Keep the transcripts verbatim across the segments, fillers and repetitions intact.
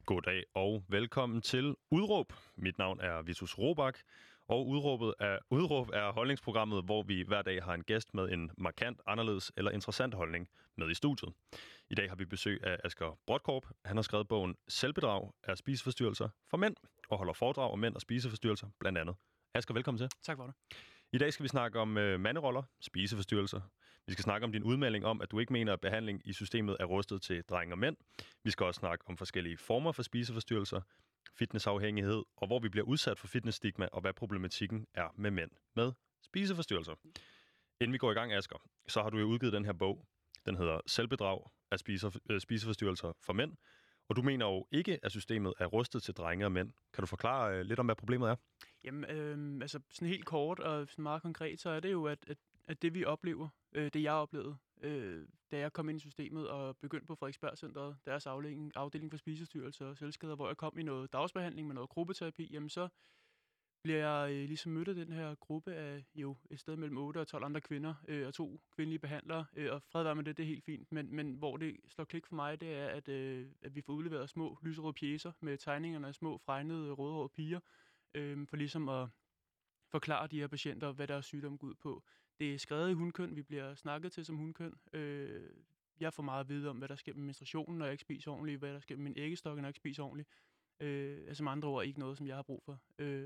Goddag og velkommen til Udråb. Mit navn er Vitus Robak, og Udråbet er, Udråb er holdningsprogrammet, hvor vi hver dag har en gæst med en markant, anderledes eller interessant holdning med i studiet. I dag har vi besøg af Asger Brodkorb. Han har skrevet bogen Selvbedrag er spiseforstyrrelser for mænd, og holder foredrag om mænd og spiseforstyrrelser blandt andet. Asger, velkommen til. Tak for det. I dag skal vi snakke om øh, manderoller, spiseforstyrrelser. Vi skal snakke om din udmelding om, at du ikke mener, at behandling i systemet er rustet til drenge og mænd. Vi skal også snakke om forskellige former for spiseforstyrrelser, fitnessafhængighed, og hvor vi bliver udsat for fitnessstigma, og hvad problematikken er med mænd med spiseforstyrrelser. Inden vi går i gang, Asger, så har du jo udgivet den her bog. Den hedder Selvbedrag af spiseforstyrrelser for mænd. Og du mener jo ikke, at systemet er rustet til drenge og mænd. Kan du forklare øh, lidt om, hvad problemet er? Jamen, øh, altså sådan helt kort og sådan meget konkret, så er det jo, at, at, at det vi oplever, øh, det jeg oplevede, øh, da jeg kom ind i systemet og begyndte på Frederiksberg Centeret, deres afdeling, afdeling for spiseforstyrrelser og selvskader, hvor jeg kom i noget dagsbehandling med noget gruppeterapi, jamen så bliver jeg øh, ligesom mødt af den her gruppe af jo et sted mellem otte og tolv andre kvinder øh, og to kvindelige behandlere, øh, og fred være med det, det er helt fint, men, men hvor det slår klik for mig, det er, at, øh, at vi får udleveret små lyserøde pjecer med tegningerne af små fregnede rødhårede piger, øh, for ligesom at forklare de her patienter, hvad deres sygdom går ud på. Det er skrevet i hundkøn, vi bliver snakket til som hundkøn. Øh, jeg får meget at vide om, hvad der sker med menstruationen, når jeg ikke spiser ordentligt, hvad der sker med min æggestok, når jeg ikke spiser ordentligt. Øh, altså med andre ord ikke noget, som jeg har brug for. Øh,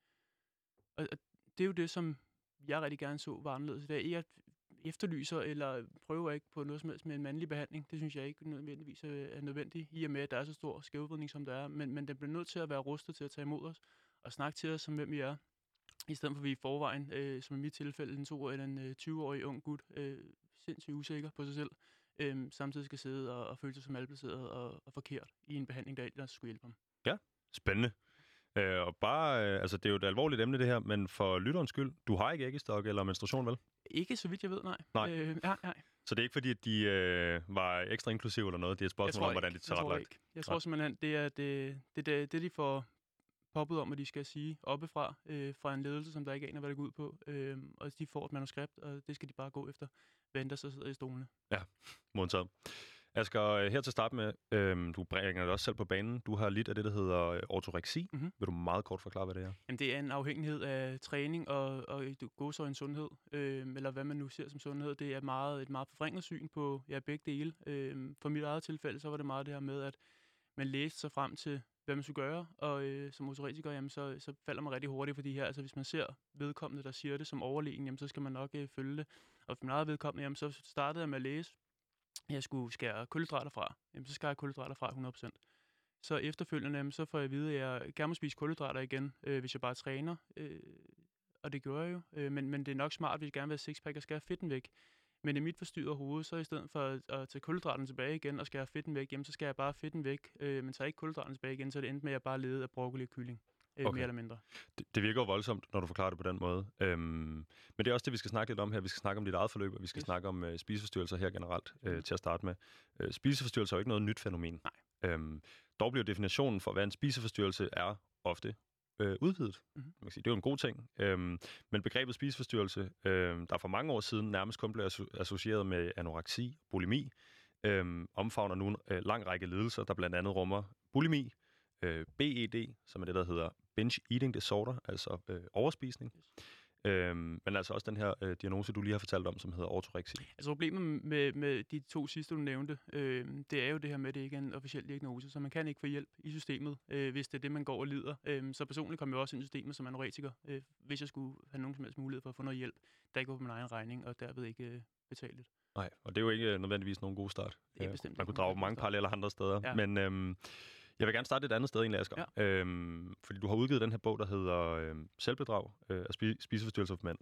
Og det er jo det, som jeg rigtig gerne så var anderledes. Det er ikke at efterlyser eller prøver ikke på noget som helst med en mandlig behandling. Det synes jeg ikke nødvendigvis er nødvendigt, i og med, at der er så stor skævvridning, som der er. Men, men den bliver nødt til at være rustet til at tage imod os og snakke til os, som hvem vi er. I stedet for, at vi i forvejen, øh, som i mit tilfælde, en to- eller en øh, tyve-årig ung gut, øh, sindssygt usikker på sig selv, øh, samtidig skal sidde og, og føle sig som malplaceret og, og forkert i en behandling, der ellers skulle hjælpe ham. Ja, spændende. Øh, og bare, øh, altså det er jo et alvorligt emne det her, men for lytterens skyld, du har ikke æggestok eller menstruation, vel? Ikke så vidt jeg ved, nej. Nej. Øh, nej, nej. Så det er ikke fordi, at de øh, var ekstra inklusive eller noget? Det er et spørgsmål om, hvordan de tager ret lagt. Jeg tror Nej. simpelthen, det er det, det, det, det, de får poppet om, at de skal sige oppefra, øh, fra en ledelse, som der ikke aner, hvad det går ud på. Øh, og de får et manuskript, og det skal de bare gå efter, hvad der så sidder i stolene. Ja, modtaget. Asger, her til start med, øh, du bringer det også selv på banen. Du har lidt af det, der hedder ortoreksi. Mm-hmm. Vil du meget kort forklare, hvad det er? Jamen, det er en afhængighed af træning og, og gåsøjne sundhed, øh, eller hvad man nu ser som sundhed. Det er meget, et meget forvrænget syn på ja, begge dele. Øh, for mit eget tilfælde, så var det meget det her med, at man læste sig frem til, hvad man skulle gøre, og øh, som ortoretiker, jamen, så, så falder man rigtig hurtigt for de her. Altså, hvis man ser vedkommende, der siger det som overlegen, jamen, så skal man nok øh, følge det. Og for mit eget vedkommende, jamen, så startede jeg med at læse, jeg skulle skære kulhydrater fra, jamen, så skærer jeg kulhydrater fra hundrede procent. Så efterfølgende, jamen, så får jeg at vide, at jeg gerne må spise kulhydrater igen, øh, hvis jeg bare træner. Øh, og det gør jeg jo. Øh, men, men det er nok smart, hvis jeg gerne vil have sixpack og skære fedten væk. Men i mit forstyrrede hoved, så i stedet for at, at tage kulhydraterne tilbage igen og skære fedten væk, jamen, så skal jeg bare fedten væk, øh, men tager ikke kulhydraterne tilbage igen, så det endte med, at jeg bare levede af broccoli og kylling. Øh, okay. Mere eller mindre. Det, det virker jo voldsomt, når du forklarer det på den måde. Øhm, men det er også det, vi skal snakke lidt om her. Vi skal snakke om dit eget forløb, og vi skal yes. snakke om øh, spiseforstyrrelser her generelt øh, til at starte med. Øh, spiseforstyrrelser er jo ikke noget nyt fænomen. Nej. Øhm, dog bliver definitionen for, hvad en spiseforstyrrelse er, ofte øh, udvidet. Mm-hmm. Man kan sige, det er jo en god ting. Øhm, men begrebet spiseforstyrrelse, øh, der for mange år siden nærmest kun blev asso- associeret med anoreksi, bulimi, øh, omfavner nu en øh, lang række lidelser, der blandt andet rummer bulimi, øh, B E D, som er det, der hedder binge eating disorder, altså øh, overspisning. Yes. Øhm, men altså også den her øh, diagnose, du lige har fortalt om, som hedder ortoreksi. Altså problemet med, med de to sidste, du nævnte, øh, det er jo det her med, at det ikke er en officiel diagnose, så man kan ikke få hjælp i systemet, øh, hvis det er det, man går og lider. Øh, så personligt kom jeg også ind i systemet som anoretiker, øh, hvis jeg skulle have nogen som helst mulighed for at få noget hjælp, der ikke var på min egen regning, og derved ikke øh, betale det. Nej, og det er jo ikke nødvendigvis nogen god start. Det er bestemt. Man kunne drage mange paralleller andre steder, ja. men øhm, jeg vil gerne starte et andet sted egentlig, Asger. Ja. Øhm, fordi du har udgivet den her bog, der hedder øhm, Selvbedrag øh, af spi- spiseforstyrrelser for mænd.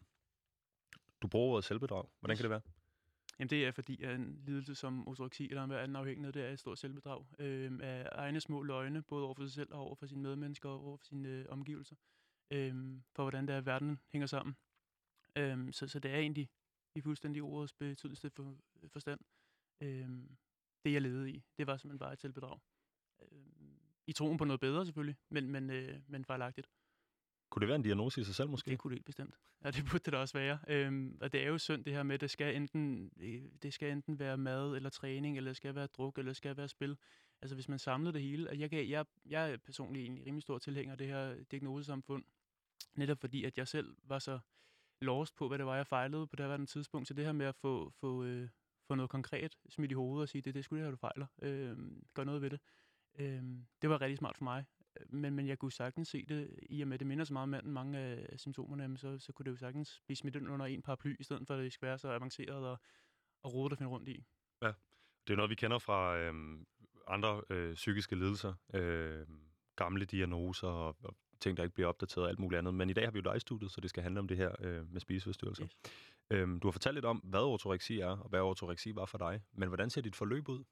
Du bruger ordet selvbedrag. Hvordan kan det være? Jamen det er fordi, at en lidelse som ortoreksi eller en anden afhængighed, det er et stort selvbedrag øh, af egne små løgne, både over for sig selv og over for sine medmennesker og over for sine øh, omgivelser, øh, for hvordan der verden hænger sammen. Øh, så, så det er egentlig i fuldstændig ordets betydeligste for, forstand. Øh, det jeg levede i, det var simpelthen bare et selvbedrag. Øh, I troen på noget bedre selvfølgelig, men, men, øh, men fejlagtigt. Kunne det være en diagnose i sig selv måske? Det kunne det helt bestemt. Ja, det burde det da også være. Øhm, og det er jo synd det her med, at det skal enten, det skal enten være mad eller træning, eller det skal være druk, eller det skal være spil. altså hvis man samlede det hele, at jeg, kan, jeg, jeg er personligt en rimelig stor tilhænger af det her diagnosesamfund, netop fordi, at jeg selv var så lost på, hvad det var, jeg fejlede på det her tidspunkt. Så det her med at få, få, øh, få noget konkret smidt i hovedet og sige, det, det skulle det her, du fejler. Øh, gør noget ved det. Øh, det var rigtig smart for mig. Men, men jeg kunne sagtens se det, i og med det minder så meget om manden, mange af symptomerne, så, så kunne det jo sagtens blive smidt ind under en paraply, i stedet for at det skal være så avanceret og, og rodet at finde rundt i. Ja, det er noget, vi kender fra øh, andre øh, psykiske lidelser, øh, gamle diagnoser og, og ting, der ikke bliver opdateret og alt muligt andet. Men i dag har vi jo dig i studiet, så det skal handle om det her øh, med spiseforstyrrelser. Yes. Øhm, du har fortalt lidt om, hvad ortoreksi er, og hvad ortoreksi var for dig. Men hvordan ser dit forløb ud?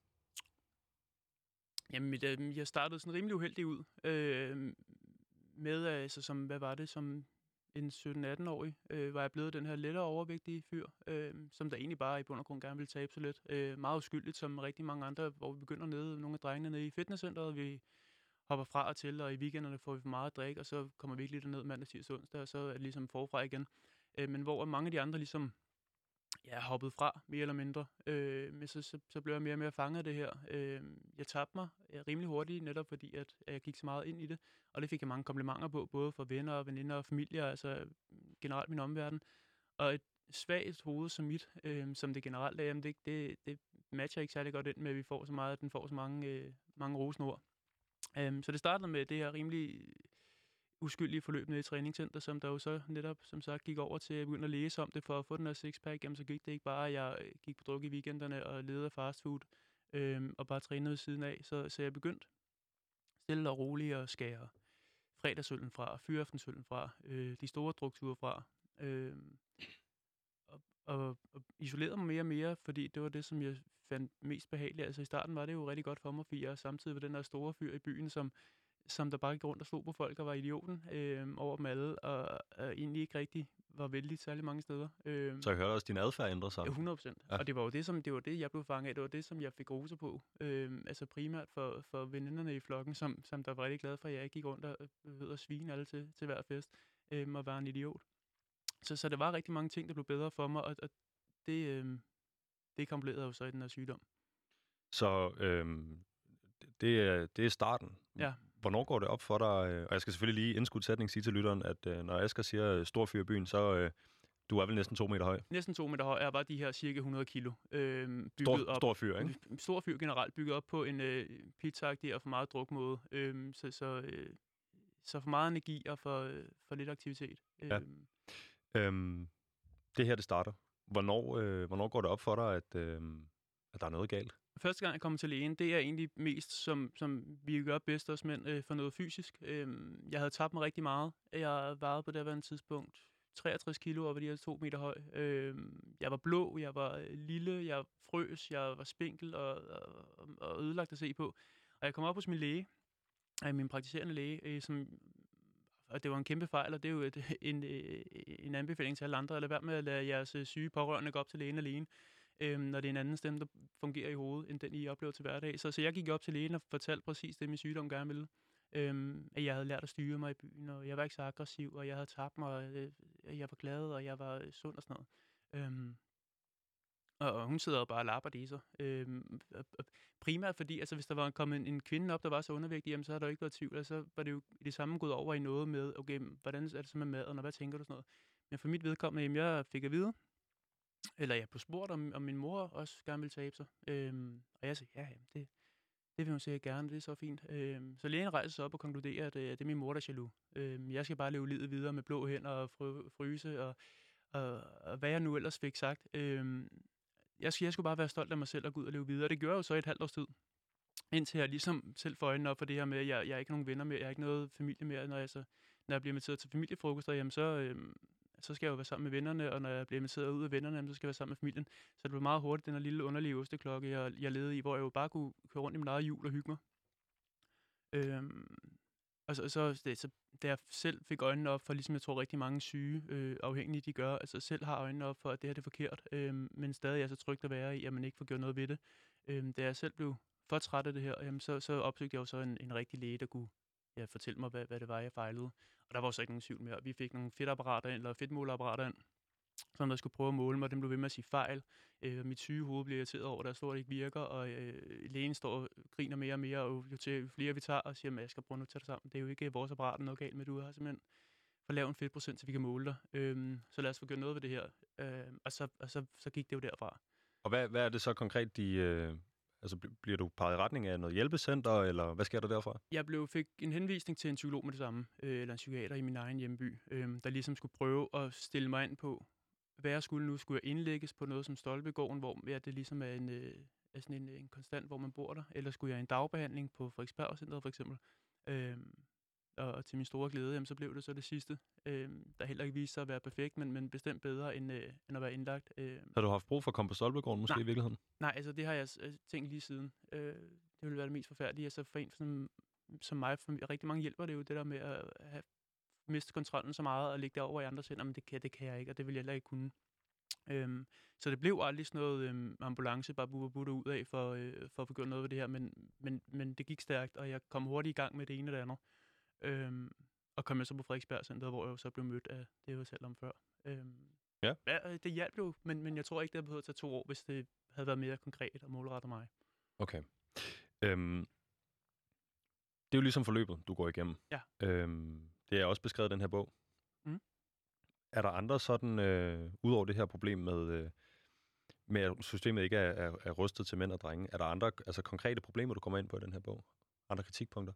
Jamen, mit, øh, jeg startede sådan rimelig uheldig ud. Øh, med, altså, som, hvad var det, som en sytten-atten-årig, øh, var jeg blevet den her lettere overvægtige fyr, øh, som der egentlig bare i bund og grund gerne ville tabe sig lidt. Øh, meget uskyldigt, som rigtig mange andre, hvor vi begynder nede, nogle af drengene nede i fitnesscenteret, vi hopper fra og til, og i weekenderne får vi for meget at drikke, og så kommer vi ikke lige derned mandag, tirsdag, onsdag, og så er det ligesom forfra igen. Øh, men hvor mange af de andre ligesom ja, hoppet fra, mere eller mindre. Øh, men så, så, så blev jeg mere og mere fanget af det her. Øh, jeg tabte mig rimelig hurtigt, netop fordi, at, at jeg gik så meget ind i det. Og det fik jeg mange komplimenter på, både fra venner og veninder og familier, altså generelt min omverden. Og et svagt hoved som mit, øh, som det generelt er, jamen det, det, det matcher ikke særlig godt ind med, at vi får så meget, at den får så mange, øh, mange rosenord. Øh, så det startede med det her rimelig uskyldige forløb nede i træningscenter, som der jo så netop, som sagt, gik over til at begynde at læse om det for at få den her sixpack. Jamen, så gik det ikke bare, at jeg gik på druk i weekenderne og levede af fastfood øhm, og bare trænede ved siden af. Så, så jeg begyndte stille og roligt at skære fredagsøllen fra, fyraftensøllen fra, øh, de store drukture fra, øh, og, og, og isolerede mig mere og mere, fordi det var det, som jeg fandt mest behageligt. Altså i starten var det jo rigtig godt for mig, fordi jeg samtidig var den der store fyr i byen, som som der bare gik rundt og slog på folk og var idioten øh, over dem alle, og, og egentlig ikke rigtig var vældig særlig mange steder. Øh, så jeg hørte også, at din adfærd ændrede sig? Ja, hundrede procent. Ja. Og det var jo det, som, det var det, jeg blev fanget af. Det var det, som jeg fik roser på. Øh, altså primært for, for veninderne i flokken, som, som der var rigtig glade for, at jeg ikke gik rundt og, ved at svine alle til, til hver fest, øh, og var en idiot. Så, så der var rigtig mange ting, der blev bedre for mig, og, og det, øh, det kompletterede jo så i den her sygdom. Så øh, det, er, det er starten. Ja. Hvornår går det op for dig? Og jeg skal selvfølgelig lige indskudt sætning sige til lytteren, at øh, når Asger siger stor fyr i byen, så øh, du er vel næsten to meter høj? Næsten to meter høj. Jeg var de her cirka hundrede kilo. Øh, bygget stor, op, stor fyr, ikke? Stor fyr generelt, bygget op på en øh, pizza-agtig og for meget drukmåde. Øh, så, så, øh, så for meget energi og for, øh, for lidt aktivitet. Øh. Ja. Øhm, det her, det starter. Hvornår, øh, hvornår går det op for dig, at, øh, at der er noget galt? Første gang, jeg kommer til lægen, det er egentlig mest, som, som vi gør bedst os mænd, øh, for noget fysisk. Øh, jeg havde tabt mig rigtig meget. Jeg vejede på det her tidspunkt treogtres kilo og var de her to meter høj. Øh, jeg var blå, jeg var lille, jeg frøs, jeg var spinkel og, og, og ødelagt at se på. Og jeg kom op hos min læge, min praktiserende læge, øh, som, og det var en kæmpe fejl, og det er jo et, en, en anbefaling til alle andre, at lade være med at lade jeres syge pårørende gå op til lægen alene, øhm, når det er en anden stemme, der fungerer i hovedet, end den I oplever til hverdag. Så, så jeg gik op til lægen og fortalte præcis det, min sygdom gerne ville. Øhm, at jeg havde lært at styre mig i byen, og jeg var ikke så aggressiv, og jeg havde tabt mig, og øh, jeg var glad, og jeg var sund og sådan noget. Øhm, og, og hun sidder bare og lapper det i sig. Øhm, primært fordi, altså hvis der var kommet en, en kvinde op, der var så undervægtig, jamen, så havde der jo ikke været tvivl, og så var det jo det samme gået over i noget med, okay, hvordan er det så med maden, og hvad tænker du sådan noget? Men for mit vedkommende, jamen, jeg fik at vide, eller jeg blev spurgt, om, om min mor også gerne ville tabe sig. Øhm, og jeg sagde, ja, jamen, det, det vil hun sikkert gerne, det er så fint. Øhm, så lægen rejser sig op og konkluderer, at, at det er min mor, der er jaloux. Øhm, jeg skal bare leve livet videre med blå hænder og fry, fryse, og, og, og hvad jeg nu ellers fik sagt. Øhm, jeg, skal, jeg skulle bare være stolt af mig selv og gå ud og leve videre. Det gør jeg jo så i et halvt års tid. Indtil jeg ligesom selv får øjnene op for det her med, at jeg, jeg er ikke nogen venner mere, jeg har ikke noget familie mere. Når jeg, så, når jeg bliver inviteret til familiefrokoster, jamen så... Øhm, så skal jeg jo være sammen med vennerne, og når jeg bliver inviteret ud af vennerne, så skal jeg være sammen med familien. Så det blev meget hurtigt, den her lille underlige osteklokke, jeg, jeg levede i, hvor jeg jo bare kunne køre rundt i mit eget hjul og hygge mig. Øhm, og så, så, det, så da jeg selv fik øjnene op for, ligesom jeg tror rigtig mange syge øh, afhængige, de gør, altså selv har øjnene op for, at det her det er forkert, øh, men stadig er så trygt at være i, at man ikke får gjort noget ved det. Øh, da jeg selv blev for træt af det her, jamen, så, så opsøgte jeg jo så en, en rigtig læge, der kunne ja, fortælle mig, hvad, hvad det var, jeg fejlede. Og der var så ikke nogen tvivl mere. Vi fik nogle fedtapparater ind, eller fedtmålerapparater ind, som der skulle prøve at måle mig. Den blev ved med at sige fejl. Øh, mit syge hoved bliver irriteret over, at der står, at det ikke virker, og øh, lægen står og griner mere og mere, og jo, til, jo flere vi tager og siger, at jeg skal prøve nu at tage det sammen. Det er jo ikke vores apparat, der er noget galt med, du har simpelthen for lav en fedtprocent, så vi kan måle dig. Øh, så lad os få gjort noget ved det her. Øh, og så, og så, så gik det jo derfra. Og hvad, hvad er det så konkret, de... Øh Altså, bliver du peget i retning af noget hjælpecenter, eller hvad sker der derfra? Jeg blev, fik en henvisning til en psykolog med det samme, øh, eller en psykiater i min egen hjemby, øh, der ligesom skulle prøve at stille mig ind på, hvad jeg skulle nu. Skulle jeg indlægges på noget som Stolpegården, hvor ja, det ligesom er, en, øh, er sådan en, en konstant, hvor man bor der, eller skulle jeg i en dagbehandling på Frederiksberg Centeret for eksempel. Øh, og, og til min store glæde, jamen, så blev det så det sidste, øh, der heller ikke viste sig at være perfekt, men, men bestemt bedre end, øh, end at være indlagt. Øh. Har du haft brug for at komme på Stolpegården måske Nej. i virkeligheden? Nej, altså det har jeg øh, tænkt lige siden. Øh, det ville være det mest forfærdelige. Altså for en som, som mig, for rigtig mange hjælper det jo, det der med at have mistet kontrollen så meget og lægge det over i andres hænder, men det kan, det kan jeg ikke, og det vil jeg heller ikke kunne. Øhm, så det blev aldrig sådan noget øhm, ambulance, bare butter butter ud af for, øh, for at få gjort noget ved det her, men, men, men det gik stærkt, og jeg kom hurtigt i gang med det ene og det andet. Øhm, og kom jeg så på Frederiksberg Centeret, hvor jeg så blev mødt af det, jeg var selv om før. Øhm, ja. ja. Det hjalp jo, men, men jeg tror ikke, det havde behøvet at tage to år, hvis det havde været mere konkret og målrettet mig. Okay. Øhm, det er jo ligesom forløbet, du går igennem. Ja. Øhm, det er også beskrevet i den her bog. Mm. Er der andre sådan, øh, udover det her problem med, øh, med at systemet ikke er, er, er rustet til mænd og drenge, er der andre altså, konkrete problemer, du kommer ind på i den her bog? Andre kritikpunkter?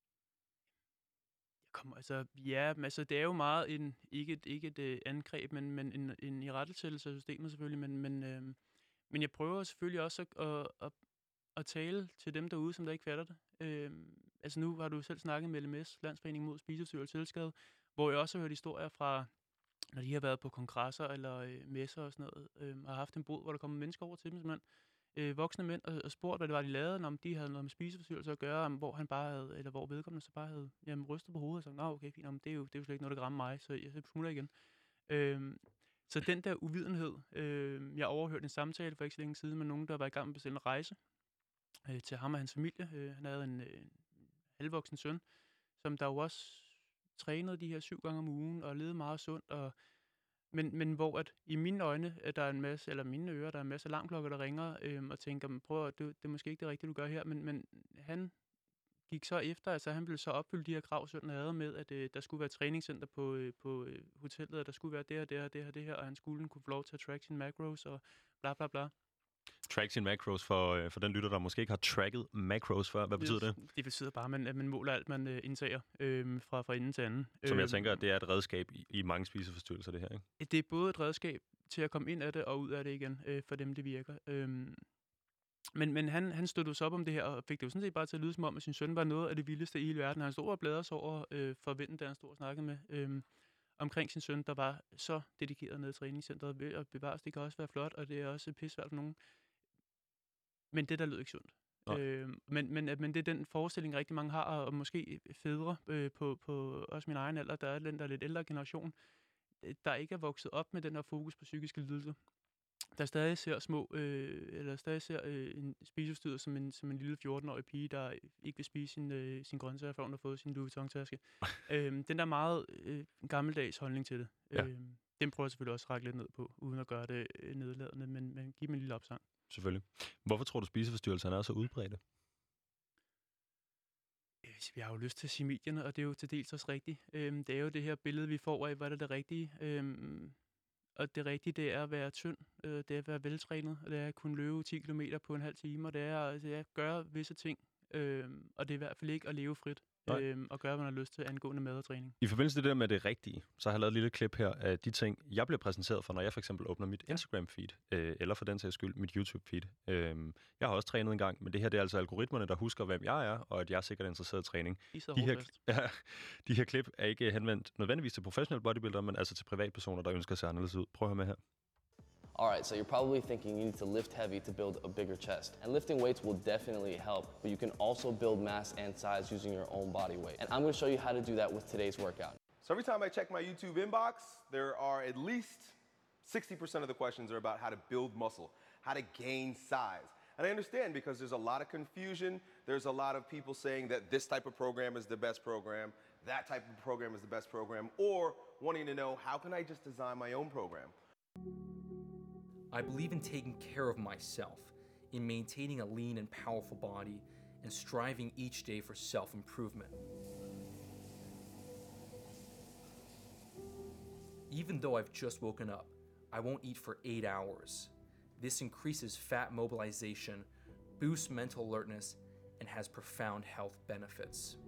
Kommer, altså, ja, altså, det er jo meget en, ikke et, ikke et øh, angreb, men, men en, en irettesættelse af systemet selvfølgelig, men, men, øh, men jeg prøver selvfølgelig også at, at, at, at tale til dem derude, som der ikke fatter det. Øh, altså nu har du selv snakket med L M S, Landsforeningen mod Spiseforstyrrelse og Selvskade, hvor jeg også har hørt historier fra, når de har været på kongresser eller øh, messer og sådan noget, øh, og har haft en bod, hvor der kommer mennesker over til dem, simpelthen. Øh, voksne mænd og, og spurgt, hvad det var, de lavede, om de havde noget med spiseforstyrrelser at gøre, om, hvor han bare havde, eller hvor vedkommende så bare havde jamen, rystet på hovedet og sagt, nå okay, fint, jamen, det, er jo, det er jo slet ikke noget, der rammer mig, så jeg smutter igen. Øh, så den der uvidenhed, øh, jeg overhørte en samtale for ikke så længe siden med nogen, der var i gang med at bestille en rejse øh, til ham og hans familie. Øh, han havde en, øh, en halvvoksen søn, som der jo også trænede de her syv gange om ugen og levede meget sundt, og Men, men hvor at i mine øjne, at der er en masse, eller mine ører, der er en masse alarmklokker, der ringer, øhm, og tænker, prøv at det, det er måske ikke det rigtige, du gør her, men, men han gik så efter, altså han ville så opfylde de her krav, sønnen havde med, at øh, der skulle være træningscenter på, øh, på øh, hotellet, og der skulle være det her, det her, det her, det her, og han skulle kunne få lov til at track sine macros, og bla bla bla. Track sine macros for, øh, for den lytter, der måske ikke har tracket macros før. Hvad betyder det? Det betyder bare, at man, at man måler alt, man øh, indtager øh, fra, fra ende til anden. Som jeg øh, tænker, at det er et redskab i, i mange spiseforstyrrelser, det her, ikke? Det er både et redskab til at komme ind af det og ud af det igen, øh, for dem, det virker. Øh, Men, men han, han støttede så op om det her, og fik det jo sådan set bare til at lyde som om, at sin søn var noget af det vildeste i hele verden. Han stod og bladrede sig over øh, for vinden, da han stod og snakkede med øh, omkring sin søn, der var så dedikeret nede i træningscenteret ved at bevares. Det kan også være flot, og det er også pissvært for nogen. Men det der lød ikke sundt. Øh, men, men, men det er den forestilling, rigtig mange har, og måske fædre øh, på, på også min egen alder, der er den der lidt ældre generation, der ikke er vokset op med den her fokus på psykiske lidelser. Der stadig ser små, øh, eller stadig ser øh, en spiseforstyrret som en, som en lille fjorten-årig pige, der ikke vil spise sin, øh, sin grøntsager, før hun har fået sin Louis Vuitton-taske. øhm, den der meget øh, gammeldags holdning til det, Ja. øhm, den prøver jeg selvfølgelig også at række lidt ned på, uden at gøre det øh, nedladende, men, men give dem en lille opsang. Selvfølgelig. Hvorfor tror du, spiseforstyrrelserne er så udbredte? Vi har jo lyst til at sige medierne, og det er jo til dels også rigtigt. Øhm, det er jo det her billede, vi får af, hvad er det rigtige. Øhm, Og det rigtige, det er at være tynd, øh, det er at være veltrænet, og det er at kunne løbe ti kilometer på en halv time, og det er, det er at gøre visse ting, øh, og det er i hvert fald ikke at leve frit, øh, og gøre, hvad man har lyst til angående mad og træning. I forbindelse med det der med det rigtige, så har jeg lavet et lille klip her af de ting, jeg bliver præsenteret for, når jeg for eksempel åbner mit Instagram-feed, øh, eller for den sags skyld mit YouTube-feed. Øh, jeg har også trænet en gang, men det her det er altså algoritmerne, der husker, hvem jeg er, og at jeg er sikkert interesseret i træning. De, de, her, ja, de her klip er ikke henvendt nødvendigvis til professionelle bodybuildere, men altså til privatpersoner, der ønsker at se anderledes ud. Prøv at høre med her. Alright, so you're probably thinking you need to lift heavy to build a bigger chest. And lifting weights will definitely help, but you can also build mass and size using your own body weight. And I'm going to show you how to do that with today's workout. So every time I check my YouTube inbox, there are at least sixty percent of the questions are about how to build muscle, how to gain size. And I understand because there's a lot of confusion. There's a lot of people saying that this type of program is the best program, that type of program is the best program, or wanting to know how can I just design my own program. I believe in taking care of myself, in maintaining a lean and powerful body, and striving each day for self-improvement. Even though I've just woken up, I won't eat for eight hours. This increases fat mobilization, boosts mental alertness, and has profound health benefits.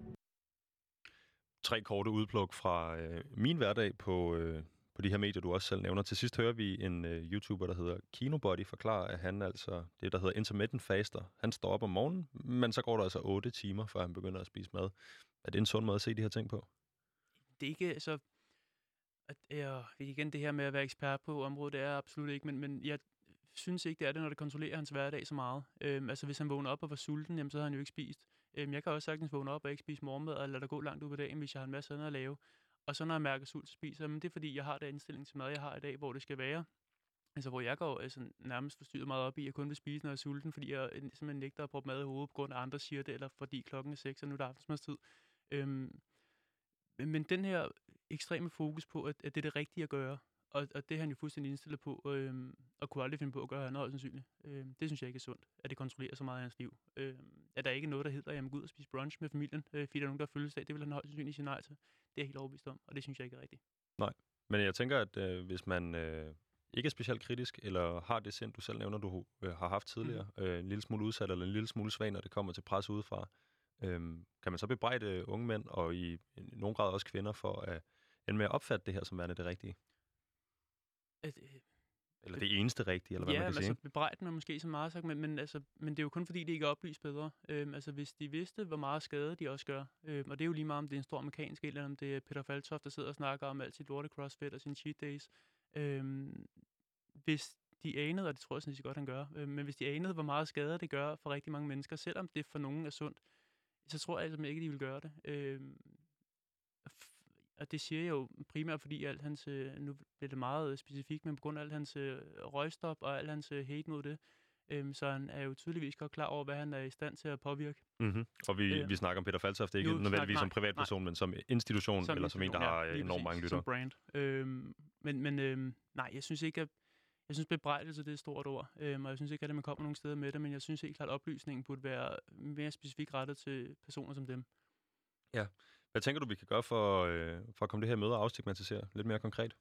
Tre korte udpluk fra øh, min hverdag på, øh, på de her medier, du også selv nævner. Til sidst hører vi en øh, YouTuber, der hedder Kinobody, forklare, at han altså, det der hedder intermittent faster, han står op om morgenen, men så går der altså otte timer, før han begynder at spise mad. Er det en sund måde at se de her ting på? Det er ikke, altså... At, ja, igen, det her med at være ekspert på området, det er absolut ikke, men, men jeg synes ikke, det er det, når det kontrollerer hans hverdag så meget. Øhm, altså, hvis han vågner op og var sulten, jamen, så har han jo ikke spist. Øhm, jeg kan også sagtens vågne op og ikke spise morgenmad, og lade der gå langt ud på dagen, hvis jeg har en masse andet at lave. Og så når jeg mærker sult, så spiser jeg, men det er fordi, jeg har den indstilling til mad, jeg har i dag, hvor det skal være. Altså, hvor jeg går altså, nærmest forstyrret meget op i, at jeg kun vil spise, når jeg er sulten, fordi jeg simpelthen nægter at proppe mad i hovedet, på grund af andre siger det, eller fordi klokken er seks, og nu er det aftensmadstid. Øhm, men den her ekstreme fokus på, at, at det er det rigtige at gøre, og, og det er han jo fuldstændig indstillet på, øhm, og kunne aldrig finde på at gøre andet højst sandsynligt. Øhm, det synes jeg ikke er sundt, at det kontrollerer så meget af hans liv. Øhm, at der ikke er noget, der hedder, at jeg må gå ud og spise brunch med familien, øh, fordi der er nogen, der har fødselsdag, det vil han højst sandsynligt sige nej til. Det er jeg helt overbevist om, og det synes jeg ikke er rigtigt. Nej, men jeg tænker, at øh, hvis man øh, ikke er specielt kritisk, eller har det sind, du selv nævner, du øh, har haft tidligere, mm. øh, en lille smule udsat, eller en lille smule svag, når det kommer til pres udefra, Øhm, kan man så bebrejde unge mænd, og i, i nogen grad også kvinder, for at ende med at opfatte det her som værende det rigtige? At, øh, eller det eneste rigtige, eller hvad ja, man kan altså, sige? Ja, bebrejden er måske så meget sagt, men, men, altså, men det er jo kun fordi, det ikke er oplyst bedre. Øhm, altså, hvis de vidste, hvor meget skade de også gør, øhm, og det er jo lige meget, om det er en stor amerikansk, eller om det er Peter Faltoft, der sidder og snakker om alt sit lorte CrossFit og sine cheat days. Øhm, hvis de anede, og det tror jeg sådan set godt, han gør, øhm, men hvis de anede, hvor meget skade det gør for rigtig mange mennesker, selvom det for nogen er sundt, så tror jeg altså ikke, de vil gøre det. Øhm, og det siger jeg jo primært, fordi alt hans, nu bliver det meget specifikt, men på grund af alt hans røgstop og alt hans hate mod det, øhm, så han er jo tydeligvis godt klar over, hvad han er i stand til at påvirke. Mm-hmm. Og vi, øh, vi snakker om Peter Faltoft, det er ikke nødvendigvis som privatperson, nej, men som institution, som eller som en, der har ja, enormt mange lyttere. Som brand. Øhm, men men øhm, nej, jeg synes ikke, at Jeg synes, bebrejdelse det er et stort ord, øhm, og jeg synes ikke, at man kommer nogen steder med det, men jeg synes helt klart, at oplysningen burde være mere specifikt rettet til personer som dem. Ja. Hvad tænker du, vi kan gøre for, øh, for at komme det her møde og afstigmatisere lidt mere konkret?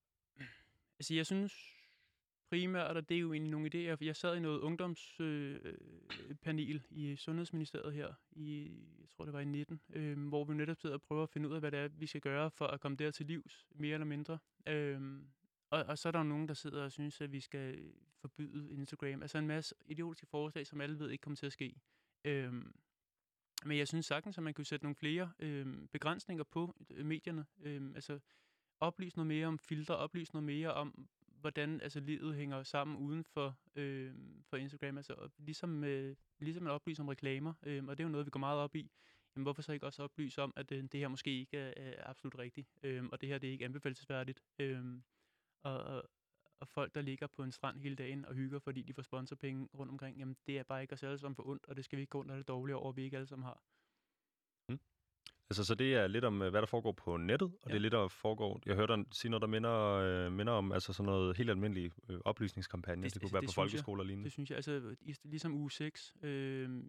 Altså, jeg synes primært, og det er jo egentlig nogle idéer, for jeg sad i noget ungdomspanel øh, i Sundhedsministeriet her, i, jeg tror det var i nitten, øh, hvor vi netop sidder og prøver at finde ud af, hvad det er, vi skal gøre for at komme der til livs, mere eller mindre. Øh, Og, og så er der jo nogen, der sidder og synes, at vi skal forbyde Instagram. Altså en masse idiotiske forslag, som alle ved ikke kommer til at ske. Øhm, men jeg synes sagtens, at man kunne sætte nogle flere øhm, begrænsninger på øh, medierne. Øhm, altså oplyse noget mere om filter, oplyse noget mere om, hvordan altså, livet hænger sammen uden for, øhm, for Instagram. Altså ligesom, øh, ligesom man oplyser om reklamer, øhm, og det er jo noget, vi går meget op i. Jamen, hvorfor så ikke også oplyse om, at øh, det her måske ikke er, er absolut rigtigt, øhm, og det her det er ikke anbefalelsesværdigt. Øhm, Og, og, og folk, der ligger på en strand hele dagen og hygger, fordi de får sponsorpenge rundt omkring, jamen det er bare ikke os alle sammen for ondt, og det skal vi ikke gå under det dårlige over, vi ikke alle sammen har. Mm. Altså, så det er lidt om, hvad der foregår på nettet, og ja. Det er lidt, der foregår... Jeg hørte dig sige noget, der minder, øh, minder om altså sådan noget helt almindelig øh, oplysningskampagne. Det, det kunne det, være det på folkeskoler og lignende. Det synes jeg. Altså, ligesom uge seks, øh,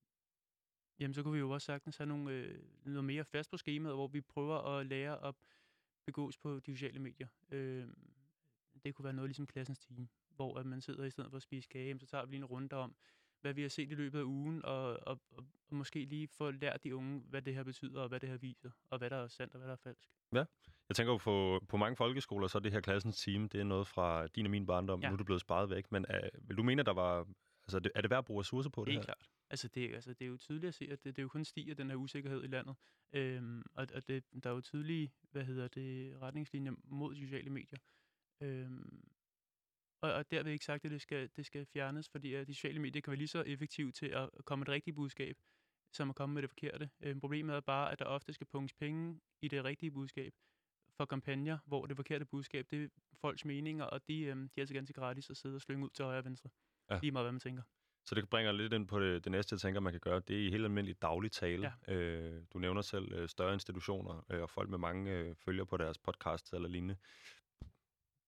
jamen så kunne vi jo også sagtens have nogle, øh, noget mere fast på skemaet, hvor vi prøver at lære at begås på de sociale medier. Øh, Det kunne være noget ligesom klassens time, hvor at man sidder i stedet for at spise kage, så tager vi lige en runde om, hvad vi har set i løbet af ugen, og, og, og, og måske lige få lært de unge, hvad det her betyder, og hvad det her viser, og hvad der er sandt, og hvad der er falsk. Ja, jeg tænker jo på, på mange folkeskoler, så er det her klassens time, det er noget fra din og min barndom, ja. Nu er det blevet sparet væk, men er, vil du mene, at der var, altså, er det værd at bruge ressourcer på det Helt her? Klart. Altså det, altså det er jo tydeligt at se, at det, det er jo kun stiger, den her usikkerhed i landet, øhm, og, og det, der er jo tydelige, hvad hedder det, retningslinjer mod sociale medier. Øhm, Og, og derved ikke sagt, at det skal, det skal fjernes, fordi uh, de sociale medier kan være lige så effektive til at komme med et rigtigt budskab, som at komme med det forkerte. Uh, problemet er bare, at der ofte skal punktes penge i det rigtige budskab for kampagner, hvor det forkerte budskab, det er folks meninger, og de, um, de er altså ganske gratis at sidde og slynge ud til højre og venstre. Ja. Lige meget, hvad man tænker. Så det bringer lidt ind på det, det næste, jeg tænker, man kan gøre. Det er i helt almindelig daglig tale. Ja. Øh, du nævner selv øh, større institutioner øh, og folk med mange øh, følger på deres podcast eller lignende.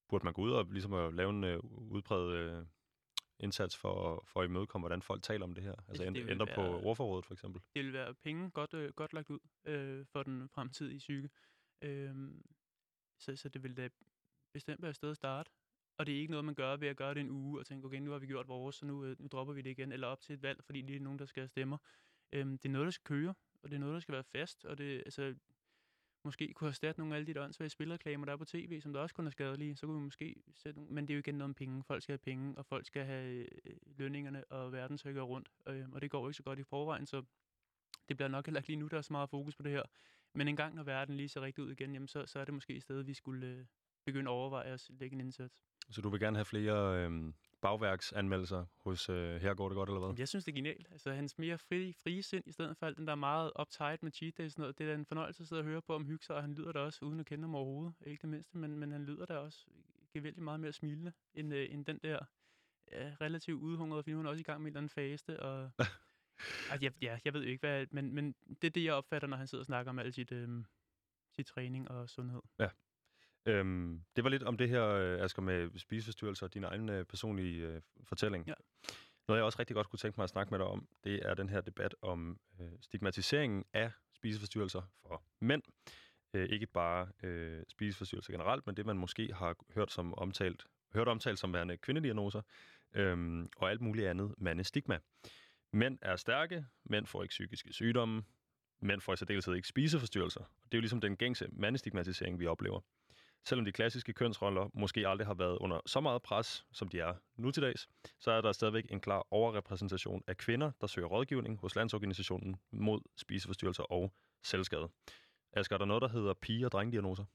burde man gå ud og ligesom at lave en øh, udbredt øh, indsats for, for at imødekomme, hvordan folk taler om det her? Altså Altså, det ænd- vil ændre være- på ordforrådet, for eksempel? Det vil være penge godt, øh, godt lagt ud øh, for den fremtidige psyke. Øhm, så, så det vil da bestemt være et sted at starte. Og det er ikke noget, man gør ved at gøre det en uge og tænke, okay, nu har vi gjort vores, så nu, øh, nu dropper vi det igen, eller op til et valg, fordi det er nogen, der skal have stemmer. Øhm, det er noget, der skal køre, og det er noget, der skal være fast, og det altså, måske kunne erstatte nogle af alle de der åndssvage spilreklamer, der er på tv, som der også kunne er skadelige, så kunne vi måske sætte nogle, men det er jo igen noget om penge. Folk skal have penge, og folk skal have øh, lønningerne, og verden skal køre rundt, øh, og det går jo ikke så godt i forvejen, så det bliver nok heller ikke lige nu, der er så meget fokus på det her. Men en gang, når verden lige ser rigtigt ud igen, jamen, så, så er det måske et sted, vi skulle øh, begynde at overveje at lægge en indsats. Så du vil gerne have flere øh, bagværksanmeldelser hos øh, Her går det godt, eller hvad? Jamen, jeg synes, det er genialt. Altså, hans mere frie, frie sind, i stedet for alt den der meget uptight med cheat days og sådan noget, det er da en fornøjelse at sidde og høre på om hygge sig, og han lyder der også, uden at kende ham overhovedet, ikke det mindste, men, men han lyder der også gevaldigt meget mere smilende, end, øh, end den der ja, relativt udhungrede, fordi nu er han også i gang med en eller anden faste, og altså, jeg, ja, jeg ved jo ikke, hvad, men, men det er det, jeg opfatter, når han sidder og snakker om alt sit, øh, sit træning og sundhed. Ja. Øhm, det var lidt om det her, øh, Asger, med spiseforstyrrelser og din egen øh, personlige øh, fortælling. Ja. Noget, jeg også rigtig godt kunne tænke mig at snakke med dig om, det er den her debat om øh, stigmatiseringen af spiseforstyrrelser for mænd. Øh, ikke bare øh, spiseforstyrrelser generelt, men det, man måske har hørt som omtalt, hørt omtalt som værende kvindediagnoser, øh, og alt muligt andet mandestigma. Mænd er stærke, mænd får ikke psykiske sygdomme, mænd får i særdeleshed ikke spiseforstyrrelser. Det er jo ligesom den gængse mandestigmatisering, vi oplever. Selvom de klassiske kønsroller måske aldrig har været under så meget pres, som de er nu til dags, så er der stadigvæk en klar overrepræsentation af kvinder, der søger rådgivning hos Landsorganisationen mod spiseforstyrrelser og selvskade. Asger, er der noget, der hedder pige- og drengediagnoser?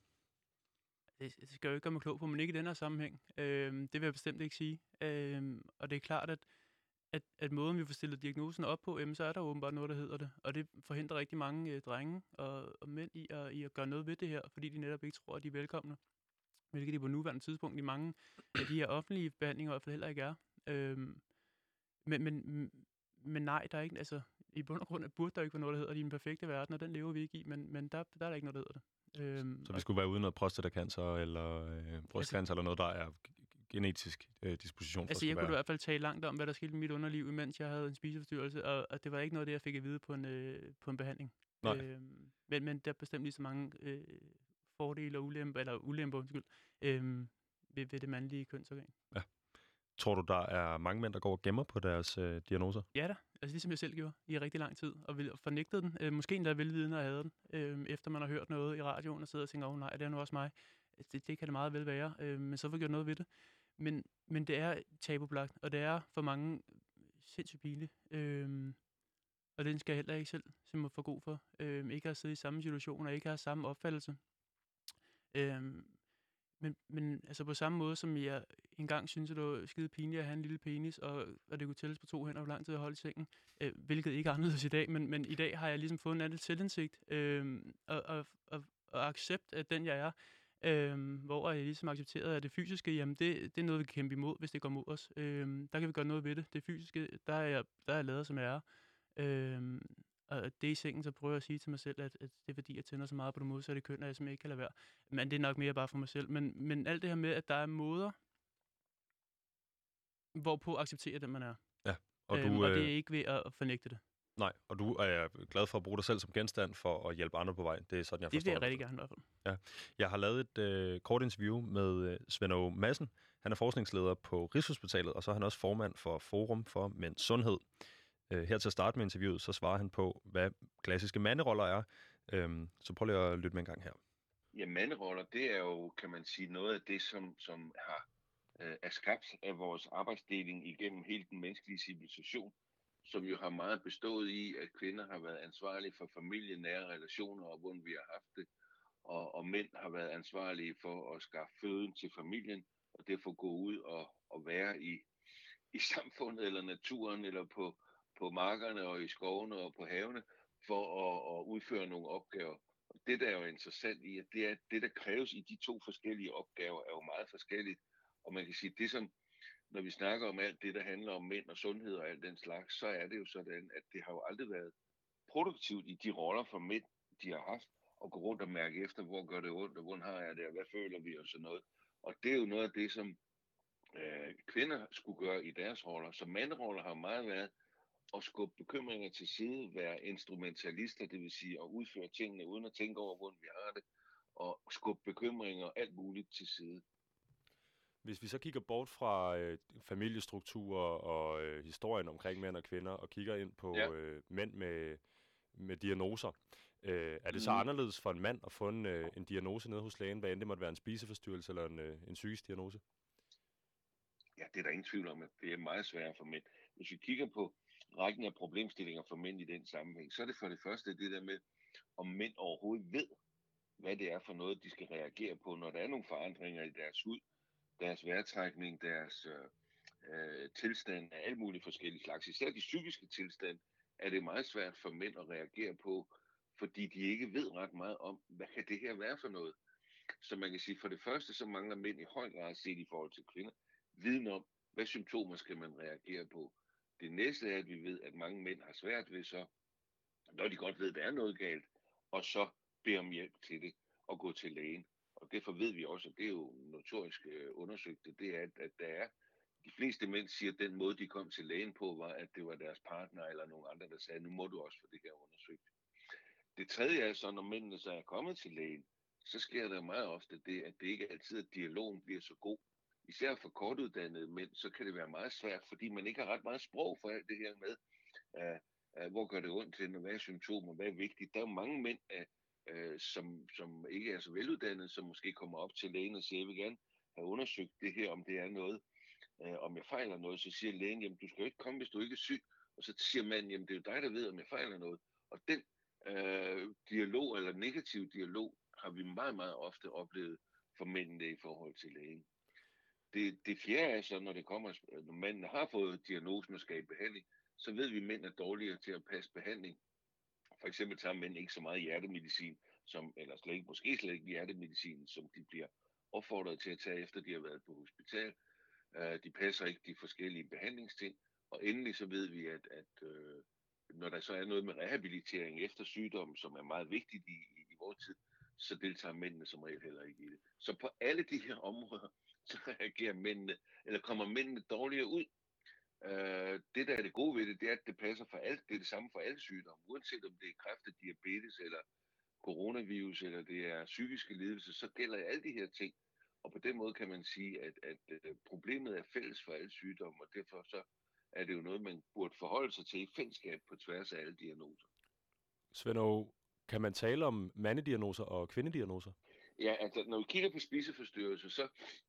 Det, det skal jeg jo ikke gøre mig klog på, men ikke i den her sammenhæng. Øhm, det vil jeg bestemt ikke sige. Øhm, og det er klart, at, at, at måden, vi får stillet diagnosen op på, jamen, så er der åbenbart noget, der hedder det. Og det forhindrer rigtig mange øh, drenge og, og mænd i at, i at gøre noget ved det her, fordi de netop ikke tror, at de er velkomne. Hvilket de på nuværende tidspunkt i mange af de her offentlige behandlinger i hvert fald heller ikke er. Øhm, men, men, men nej, der er ikke, altså i bund og grund burde der ikke være noget, der hedder det i den perfekte verden, og den lever vi ikke i, men, men der, der er der ikke noget, der hedder det. Øhm, Så vi skulle være uden noget prostatacancer eller øh, brystcancer altså, eller noget, der er genetisk øh, disposition for Altså, at jeg kunne være. i hvert fald tale langt om, hvad der skete i mit underliv, imens jeg havde en spiseforstyrrelse, og, og det var ikke noget af det, jeg fik at vide på en, øh, på en behandling. Nej. Øhm, men, men der er bestemt lige så mange øh, fordele og ulemper, eller ulemper, undskyld, øh, ved, ved det mandlige kønsorgan. Ja. Tror du, der er mange mænd, der går og gemmer på deres øh, diagnoser? Ja da, altså ligesom jeg selv gjorde i rigtig lang tid, og vil, fornægtede den. Øh, måske endda velvidende at have den, øh, efter man har hørt noget i radioen og sidder og tænker, åh oh, nej, det er nu også mig. Det, det kan det meget vel være, øh, men så får jeg gjort noget ved det. Men, men det er tabubelagt, og det er for mange sindssygt pinligt. Øh, og den skal jeg heller ikke selv simpelthen få god for. Øh, ikke at sidde i samme situation, og ikke have samme opfattelse. Øh, Men, men altså på samme måde, som jeg engang synes, at det var skide pinligt at have en lille penis, og, og det kunne tælles på to hænder, hvor lang tid jeg holdt i sengen, øh, hvilket ikke er anderledes i dag, men, men i dag har jeg ligesom fået en anden selvindsigt, øh, og, og, og, og accept af den, jeg er, øh, hvor jeg ligesom accepterede, at det fysiske, jamen det, det er noget, vi kan kæmpe imod, hvis det går mod os. Øh, der kan vi gøre noget ved det. Det fysiske, der er jeg, der er jeg lavet, som jeg er. Øh, Og det i sengen, så prøver jeg at sige til mig selv, at, at det er fordi, jeg tænder så meget på det modsatte køn, at jeg simpelthen ikke kan lade være. Men det er nok mere bare for mig selv. Men, men alt det her med, at der er måder, hvorpå accepterer den, man er. Ja, og, øhm, du, og det er øh, ikke ved at fornægte det. nej, og du er glad for at bruge dig selv som genstand for at hjælpe andre på vej. Det er sådan, jeg Det forstår vil jeg det. rigtig gerne i hvert fald. Jeg har lavet et øh, kort interview med øh, Svend Aage Madsen. Han er forskningsleder på Rigshospitalet, og så er han også formand for Forum for Mænds Sundhed. Øh, her til at starte med interviewet, så svarer han på, hvad klassiske manderoller er. Øhm, så prøv lige at lytte med en gang her. Ja, manderoller, det er jo, kan man sige, noget af det, som, som har, øh, er skabt af vores arbejdsdeling igennem hele den menneskelige civilisation, som jo har meget bestået i, at kvinder har været ansvarlige for familienære relationer, og hvordan vi har haft det, og, og mænd har været ansvarlige for at skaffe føden til familien, og derfor gå ud og, og være i, i samfundet eller naturen, eller på, på markerne og i skovene og på havene, for at, at udføre nogle opgaver. Og det, der er jo interessant i, at det, er, det, der kræves i de to forskellige opgaver, er jo meget forskelligt. Og man kan sige, det som, når vi snakker om alt det, der handler om mænd og sundhed og alt den slags, så er det jo sådan, at det har jo aldrig været produktivt i de roller for mænd, de har haft, at gå rundt og mærke efter, hvor gør det ondt, og hvordan har jeg det, og hvad føler vi og sådan noget. Og det er jo noget af det, som øh, kvinder skulle gøre i deres roller. Så manderoller har meget været at skubbe bekymringer til side, være instrumentalister, det vil sige at udføre tingene uden at tænke over, hvordan vi har det, og skubbe bekymringer og alt muligt til side. Hvis vi så kigger bort fra øh, familiestrukturer og øh, historien omkring mænd og kvinder, og kigger ind på Ja. øh, mænd med, med diagnoser, øh, er det så Mhm. anderledes for en mand at få en, øh, en diagnose nede hos lægen, hvad end det måtte være en spiseforstyrrelse eller en, øh, en psykisk diagnose? Ja, det er der ingen tvivl om, at det er meget sværere for mænd. Hvis vi kigger på rækken af problemstillinger for mænd i den sammenhæng, så er det for det første det der med, om mænd overhovedet ved, hvad det er for noget, de skal reagere på, når der er nogle forandringer i deres hud, deres vejrtrækning, deres øh, øh, tilstand af alle mulige forskellige slags. Især de psykiske tilstand er det meget svært for mænd at reagere på, fordi de ikke ved ret meget om, hvad kan det her være for noget. Så man kan sige, for det første, så mangler mænd i høj grad set i forhold til kvinder, viden om, hvad symptomer skal man reagere på. Det næste er, at vi ved, at mange mænd har svært ved så, når de godt ved, at der er noget galt, og så bede om hjælp til det og gå til lægen. Og derfor ved vi også, og det er jo notorisk øh, undersøgt, det er, at, at der er, de fleste mænd siger, at den måde, de kom til lægen på, var, at det var deres partner eller nogen andre, der sagde, nu må du også få det her undersøgt. Det tredje er så, når mændene så er kommet til lægen, så sker der meget ofte det, at det ikke altid, at dialogen bliver så god. Især for kortuddannede mænd, så kan det være meget svært, fordi man ikke har ret meget sprog for alt det her med, uh, uh, hvor gør det ondt til, hvad er symptomer, hvad er vigtigt. Der er jo mange mænd, uh, som, som ikke er så veluddannede, som måske kommer op til lægen og siger, jeg vil gerne have undersøgt det her, om det er noget, uh, om jeg fejler noget. Så siger lægen, jamen du skal jo ikke komme, hvis du ikke er syg. Og så siger manden, jamen det er jo dig, der ved, om jeg fejler noget. Og den uh, dialog, eller negativ dialog, har vi meget, meget ofte oplevet for mændene i forhold til lægen. Det, det fjerde er så, når det kommer, når mændene har fået diagnosen og skal i behandling, så ved vi, at mænd er dårligere til at passe behandling. For eksempel tager mænd ikke så meget hjertemedicin, som, eller slet ikke, måske slet ikke hjertemedicin, som de bliver opfordret til at tage, efter de har været på hospital. Uh, de passer ikke de forskellige behandlingsting. Og endelig så ved vi, at, at uh, når der så er noget med rehabilitering efter sygdom, som er meget vigtigt i, i, i vores tid, så deltager mændene som regel heller ikke i det. Så på alle de her områder, så reagerer mændene, eller kommer mændene dårligere ud. Uh, det, der er det gode ved det, det er, at det passer for alt. Det er det samme for alle sygdomme. Uanset om det er kræft, diabetes, eller coronavirus, eller det er psykiske lidelser, så gælder alle de her ting. Og på den måde kan man sige, at, at uh, problemet er fælles for alle sygdomme, og derfor så er det jo noget, man burde forholde sig til i fællesskab på tværs af alle diagnoser. Svend Aage, kan man tale om mandediagnoser og kvindediagnoser? Ja, altså når vi kigger på spiseforstyrrelser, så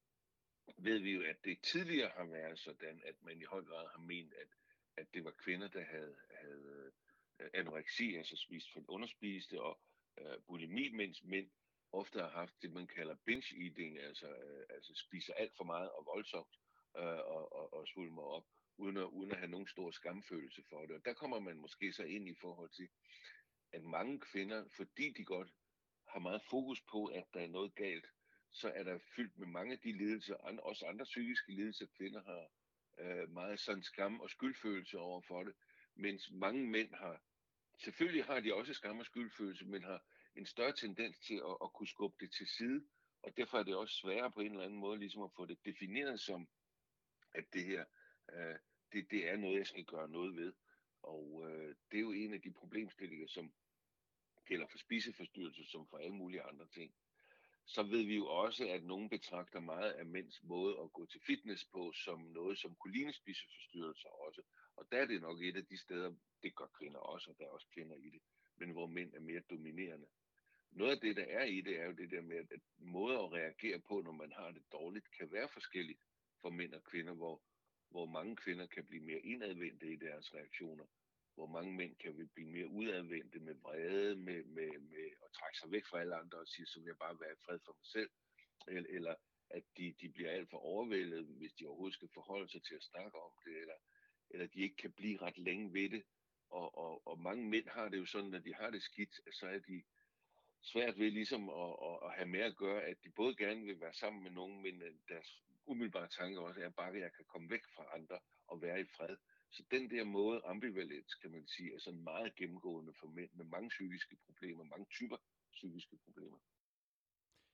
ved vi jo, at det tidligere har været sådan, at man i høj grad har ment, at, at det var kvinder, der havde, havde anoreksi, altså spist for underspiste, og uh, bulimi, mens mænd ofte har haft det, man kalder binge eating, altså, uh, altså spiser alt for meget og voldsomt, uh, og, og, og svulmer op, uden at, uden at have nogen stor skamfølelse for det. Og der kommer man måske så ind i forhold til, at mange kvinder, fordi de godt har meget fokus på, at der er noget galt, så er der fyldt med mange af de lidelser, også andre psykiske lidelser, kvinder har øh, meget sådan skam og skyldfølelse over for det, mens mange mænd har, selvfølgelig har de også skam og skyldfølelse, men har en større tendens til at, at kunne skubbe det til side, og derfor er det også sværere på en eller anden måde ligesom at få det defineret som, at det her, øh, det, det er noget, jeg skal gøre noget ved. Og øh, det er jo en af de problemstillinger, som gælder for spiseforstyrrelser, som for alle mulige andre ting. Så ved vi jo også, at nogen betragter meget af mænds måde at gå til fitness på, som noget, som kunne ligne spiseforstyrrelser også. Og der er det nok et af de steder, det gør kvinder også, og der er også kvinder i det, men hvor mænd er mere dominerende. Noget af det, der er i det, er jo det der med, at måder at reagere på, når man har det dårligt, kan være forskelligt for mænd og kvinder, hvor, hvor mange kvinder kan blive mere indadvendte i deres reaktioner, hvor mange mænd kan blive mere udadvendte med vrede, med, med, med at trække sig væk fra alle andre og sige, så vil jeg bare være i fred for mig selv, eller, eller at de, de bliver alt for overvældet, hvis de overhovedet skal forholde sig til at snakke om det, eller, eller de ikke kan blive ret længe ved det. Og, og, og mange mænd har det jo sådan, at de har det skidt, så er de svært ved ligesom at, at, at have med at gøre, at de både gerne vil være sammen med nogen, men deres umiddelbare tanker også er bare, at jeg kan komme væk fra andre og være i fred. Så den der måde, ambivalens, kan man sige, er sådan meget gennemgående for mænd med mange psykiske problemer, mange typer psykiske problemer.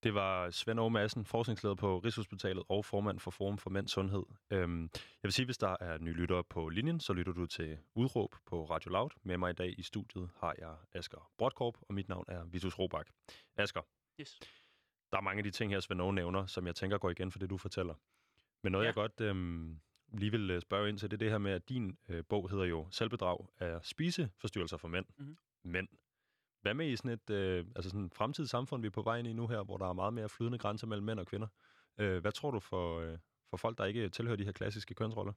Det var Svend Aage Madsen, forskningsleder på Rigshospitalet og formand for Forum for Mænds Sundhed. Øhm, jeg vil sige, hvis der er nye lyttere på linjen, så lytter du til Udråb på Radio Loud. Med mig i dag i studiet har jeg Asger Brodkorp, og mit navn er Vitus Robak. Asger, Yes. der er mange af de ting her, Svend Aage nævner, som jeg tænker går igen for det, du fortæller. Men noget, ja. jeg godt øhm, lige vil spørge ind til, det er det her med, at din øh, bog hedder jo Selvbedrag af spiseforstyrrelser for mænd. Mm-hmm. Mænd. Hvad med i sådan et øh, altså sådan fremtidigt samfund, vi er på vej ind i nu her, hvor der er meget mere flydende grænser mellem mænd og kvinder? Øh, hvad tror du for, øh, for folk, der ikke tilhører de her klassiske kønsroller?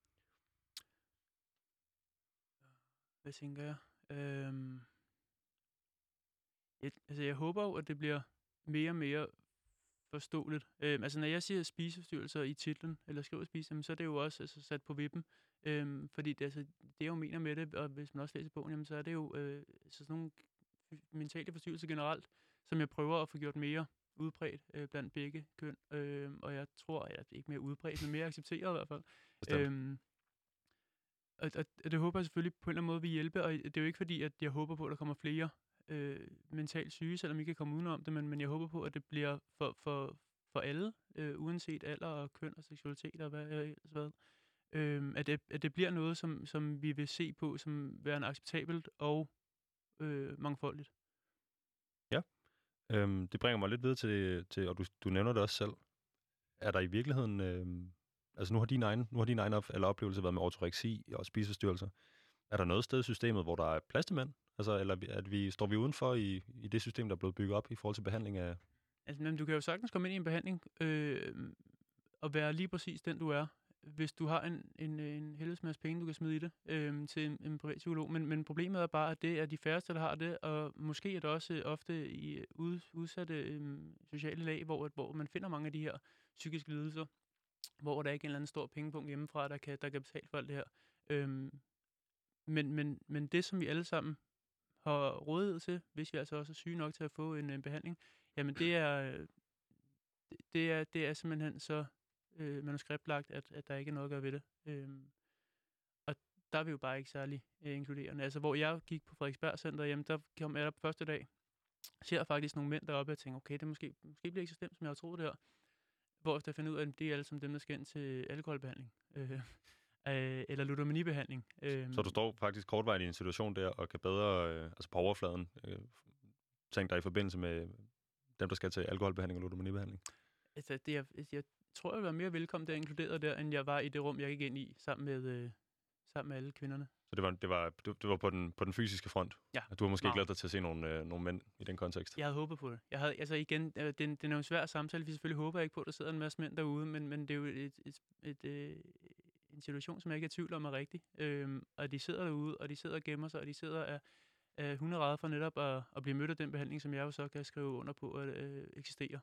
Hvad tænker jeg? Øhm... Jeg, altså, jeg håber jo, at det bliver mere og mere forståeligt. Øhm, altså, når jeg siger spiseforstyrrelser i titlen, eller skriver spise, så er det jo også altså, sat på vippen. Øhm, fordi det, altså, det, jeg jo mener med det, og hvis man også læser bogen, jamen, så er det jo øh, altså, sådan nogle mentale forstyrrelser generelt, som jeg prøver at få gjort mere udbredt øh, blandt begge køn. Øhm, og jeg tror, at det ikke mere udbredt, men mere accepteret i hvert fald. Øhm, og, og, og det håber jeg selvfølgelig på en eller anden måde vil hjælpe, og det er jo ikke fordi, at jeg håber på, at der kommer flere øh, mentalt syge, selvom I kan komme udenom det, men, men jeg håber på, at det bliver for, for, for alle, øh, uanset alder og køn og seksualitet og hvad øh, hvad. Øh, at, det, at det bliver noget, som, som vi vil se på som værende acceptabelt og øh, mangfoldigt. Ja, øhm, det bringer mig lidt videre til, til og du, du nævner det også selv. Er der i virkeligheden, øhm, altså nu har din egen, nu har din egen op, eller oplevelse været med ortoreksi og spiseforstyrrelser. Er der noget sted i systemet, hvor der er plads til mænd? Altså, eller at vi, står vi udenfor i, i det system, der er blevet bygget op i forhold til behandling af... Altså, men du kan jo sagtens komme ind i en behandling øh, og være lige præcis den, du er. Hvis du har en, en, en helvedes masse penge, du kan smide i det øh, til en, en privat psykolog. Men, men problemet er bare, at det er de færreste, der har det, og måske er det også ofte i ud, udsatte øh, sociale lag, hvor, hvor man finder mange af de her psykiske lidelser, hvor der ikke er en eller anden stor pengepunkt hjemmefra, der kan, der kan betale for alt det her. Øh, men, men, men det, som vi alle sammen har rådighed til, hvis vi altså også er syge nok til at få en, en behandling, jamen det er, det er, det er simpelthen så øh, manuskriptlagt, at, at der ikke er noget at gøre ved det. Øhm, og der er vi jo bare ikke særlig øh, inkluderende. Altså, hvor jeg gik på Frederiksberg Center, jamen der kom jeg der på første dag, ser faktisk nogle mænd deroppe, og tænker, okay, det måske, måske bliver ikke så slemt, som jeg havde troet det her. Hvor jeg finder ud af, at det er alle som dem, der skal ind til alkoholbehandling. Øh, eller ludomanibehandling. Øh, Så du står faktisk kortvarigt i en situation der, og kan bedre, øh, altså på overfladen, øh, tænke dig i forbindelse med dem, der skal til alkoholbehandling og ludomanibehandling? Altså, det er, jeg tror, jeg var mere velkommen der inkluderet der, end jeg var i det rum, jeg gik ind i, sammen med, øh, sammen med alle kvinderne. Så det var, det var, det var på, den, på den fysiske front? Ja. Du har måske Wow. glædet dig til at se nogle, øh, nogle mænd i den kontekst? Jeg havde håbet på det. Jeg havde, altså igen, øh, den, den er jo en svær samtale, vi selvfølgelig håber ikke på, at der sidder en masse mænd derude, men, men det er jo et, et, et, et, øh, en situation, som jeg ikke er i tvivl om er rigtig. Øhm, og de sidder derude, og de sidder og gemmer sig, og de sidder af, af hunderede for netop at, at blive mødt af den behandling, som jeg jo så kan skrive under på at øh, eksistere.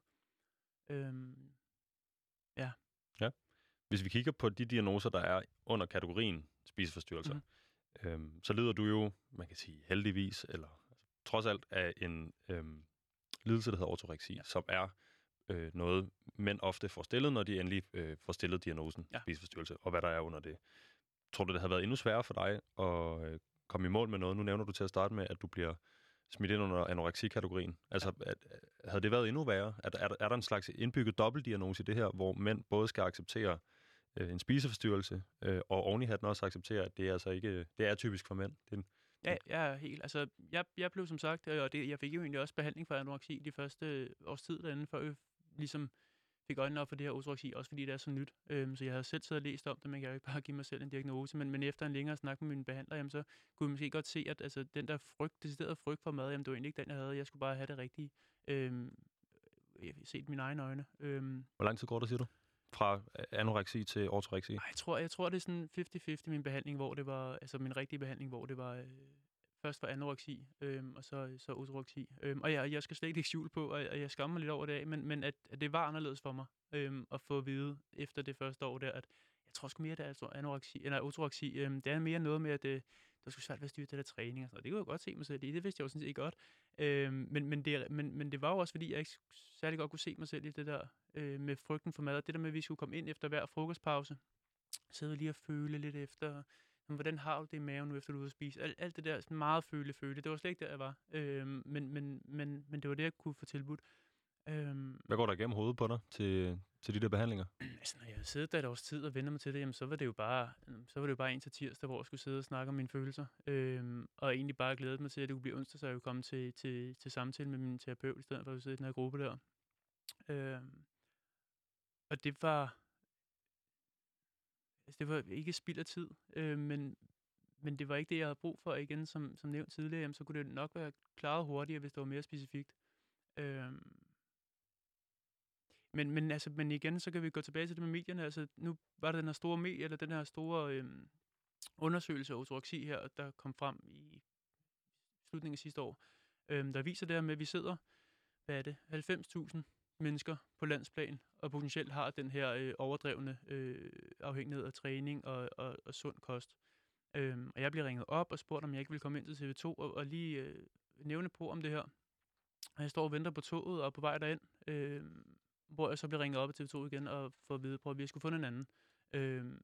Øhm, ja. Ja. Hvis vi kigger på de diagnoser, der er under kategorien spiseforstyrrelser, mm. øhm, så lider du jo, man kan sige heldigvis, eller altså, trods alt af en øhm, lidelse, der hedder ortoreksi, ja. Som er øh, noget, mænd ofte får stillet, når de endelig øh, får stillet diagnosen ja. Spiseforstyrrelse, og hvad der er under det. Tror du, det har været endnu sværere for dig at øh, komme i mål med noget? Nu nævner du til at starte med, at du bliver smidt ind under anoreksi-kategorien. Altså, ja. at, at, havde det været endnu værre? Er, er, er der en slags indbygget dobbeltdiagnose i det her, hvor mænd både skal acceptere øh, en spiseforstyrrelse, øh, og oven i hatten også acceptere, at det er altså ikke, det er typisk for mænd? Det er en, Ja, jeg er helt. Altså, jeg, jeg blev som sagt, og det, jeg fik jo egentlig også behandling for anoreksi de første års tid derinde, før jeg ligesom fik øjnene op for det her ortoreksi, også fordi det er så nyt. Øhm, så jeg havde selv siddet og læst om det, men jeg kan jo ikke bare give mig selv en diagnose. Men, men efter en længere snak med min behandler, jamen, så kunne jeg måske godt se, at altså, den der frygt, decideret frygt for mad, jamen, det var egentlig ikke den, jeg havde. Jeg skulle bare have det rigtige. Øhm, jeg har set mine egne øjne. Øhm, Hvor lang tid går det, siger du? Fra anoreksi til ortoreksi? Jeg tror, jeg tror, det er sådan halvtreds halvtreds min behandling, hvor det var, altså min rigtige behandling, hvor det var... Øh, Først var anoreksi, øhm, og så, så ortoreksi. Øhm, og jeg, jeg skal slet ikke skjul på, og jeg skammer mig lidt over det af, men, men at, at det var anderledes for mig øhm, at få at vide efter det første år der, at jeg tror sgu mere, det er altså anoreksi, eller ortoreksi. Øhm, det er mere noget med, at det, det var sgu svært ved at styre det der træning og sådan noget. Det kunne jeg godt se mig selv i, det vidste jeg jo sådan set godt. Øhm, men, men, det, men, men det var jo også, fordi jeg ikke særlig godt kunne se mig selv i det der øh, med frygten for mad. Det der med, at vi skulle komme ind efter hver frokostpause, sidde lige og føle lidt efter... Men hvordan har du det i maven nu, efter du er ude at spise? Alt, alt det der sådan meget føle-føle. Det var slet ikke der, jeg var. Øhm, men, men, men, men det var det, jeg kunne få tilbudt. Øhm, Hvad går der igennem hovedet på dig til, til de der behandlinger? altså, når jeg havde siddet der et års tid og ventet mig til det, jamen, så var det jo bare, så var det jo bare en til tirsdag, hvor jeg skulle sidde og snakke om mine følelser. Øhm, og egentlig bare glædet mig til, at det kunne blive onsdag, så jeg kunne komme til, til, til samtale med min terapeut, i stedet for at sidde i den her gruppe der. Øhm, og det var, altså, det var ikke spild af tid, øh, men, men det var ikke det, jeg havde brug for. Igen, som, som nævnt tidligere, jamen, så kunne det nok være klaret hurtigere, hvis det var mere specifikt. Øhm, Men, men, altså, men igen, så kan vi gå tilbage til det med medierne. Altså, nu var der den her store medie, eller den her store øhm, undersøgelse af ortoreksi her, der kom frem i slutningen af sidste år, øhm, der viser det her med, at vi sidder, hvad er det, halvfems tusind mennesker på landsplan, og potentielt har den her øh, overdrevne øh, afhængighed af træning og, og, og sund kost. Øhm, og jeg bliver ringet op og spurgt, om jeg ikke vil komme ind til T V to og, og lige øh, nævne på om det her. Og jeg står og venter på toget og er på vej derind, øh, hvor jeg så bliver ringet op af T V to igen og får at vide, prøv at vi har sgu fundet en anden. Øhm,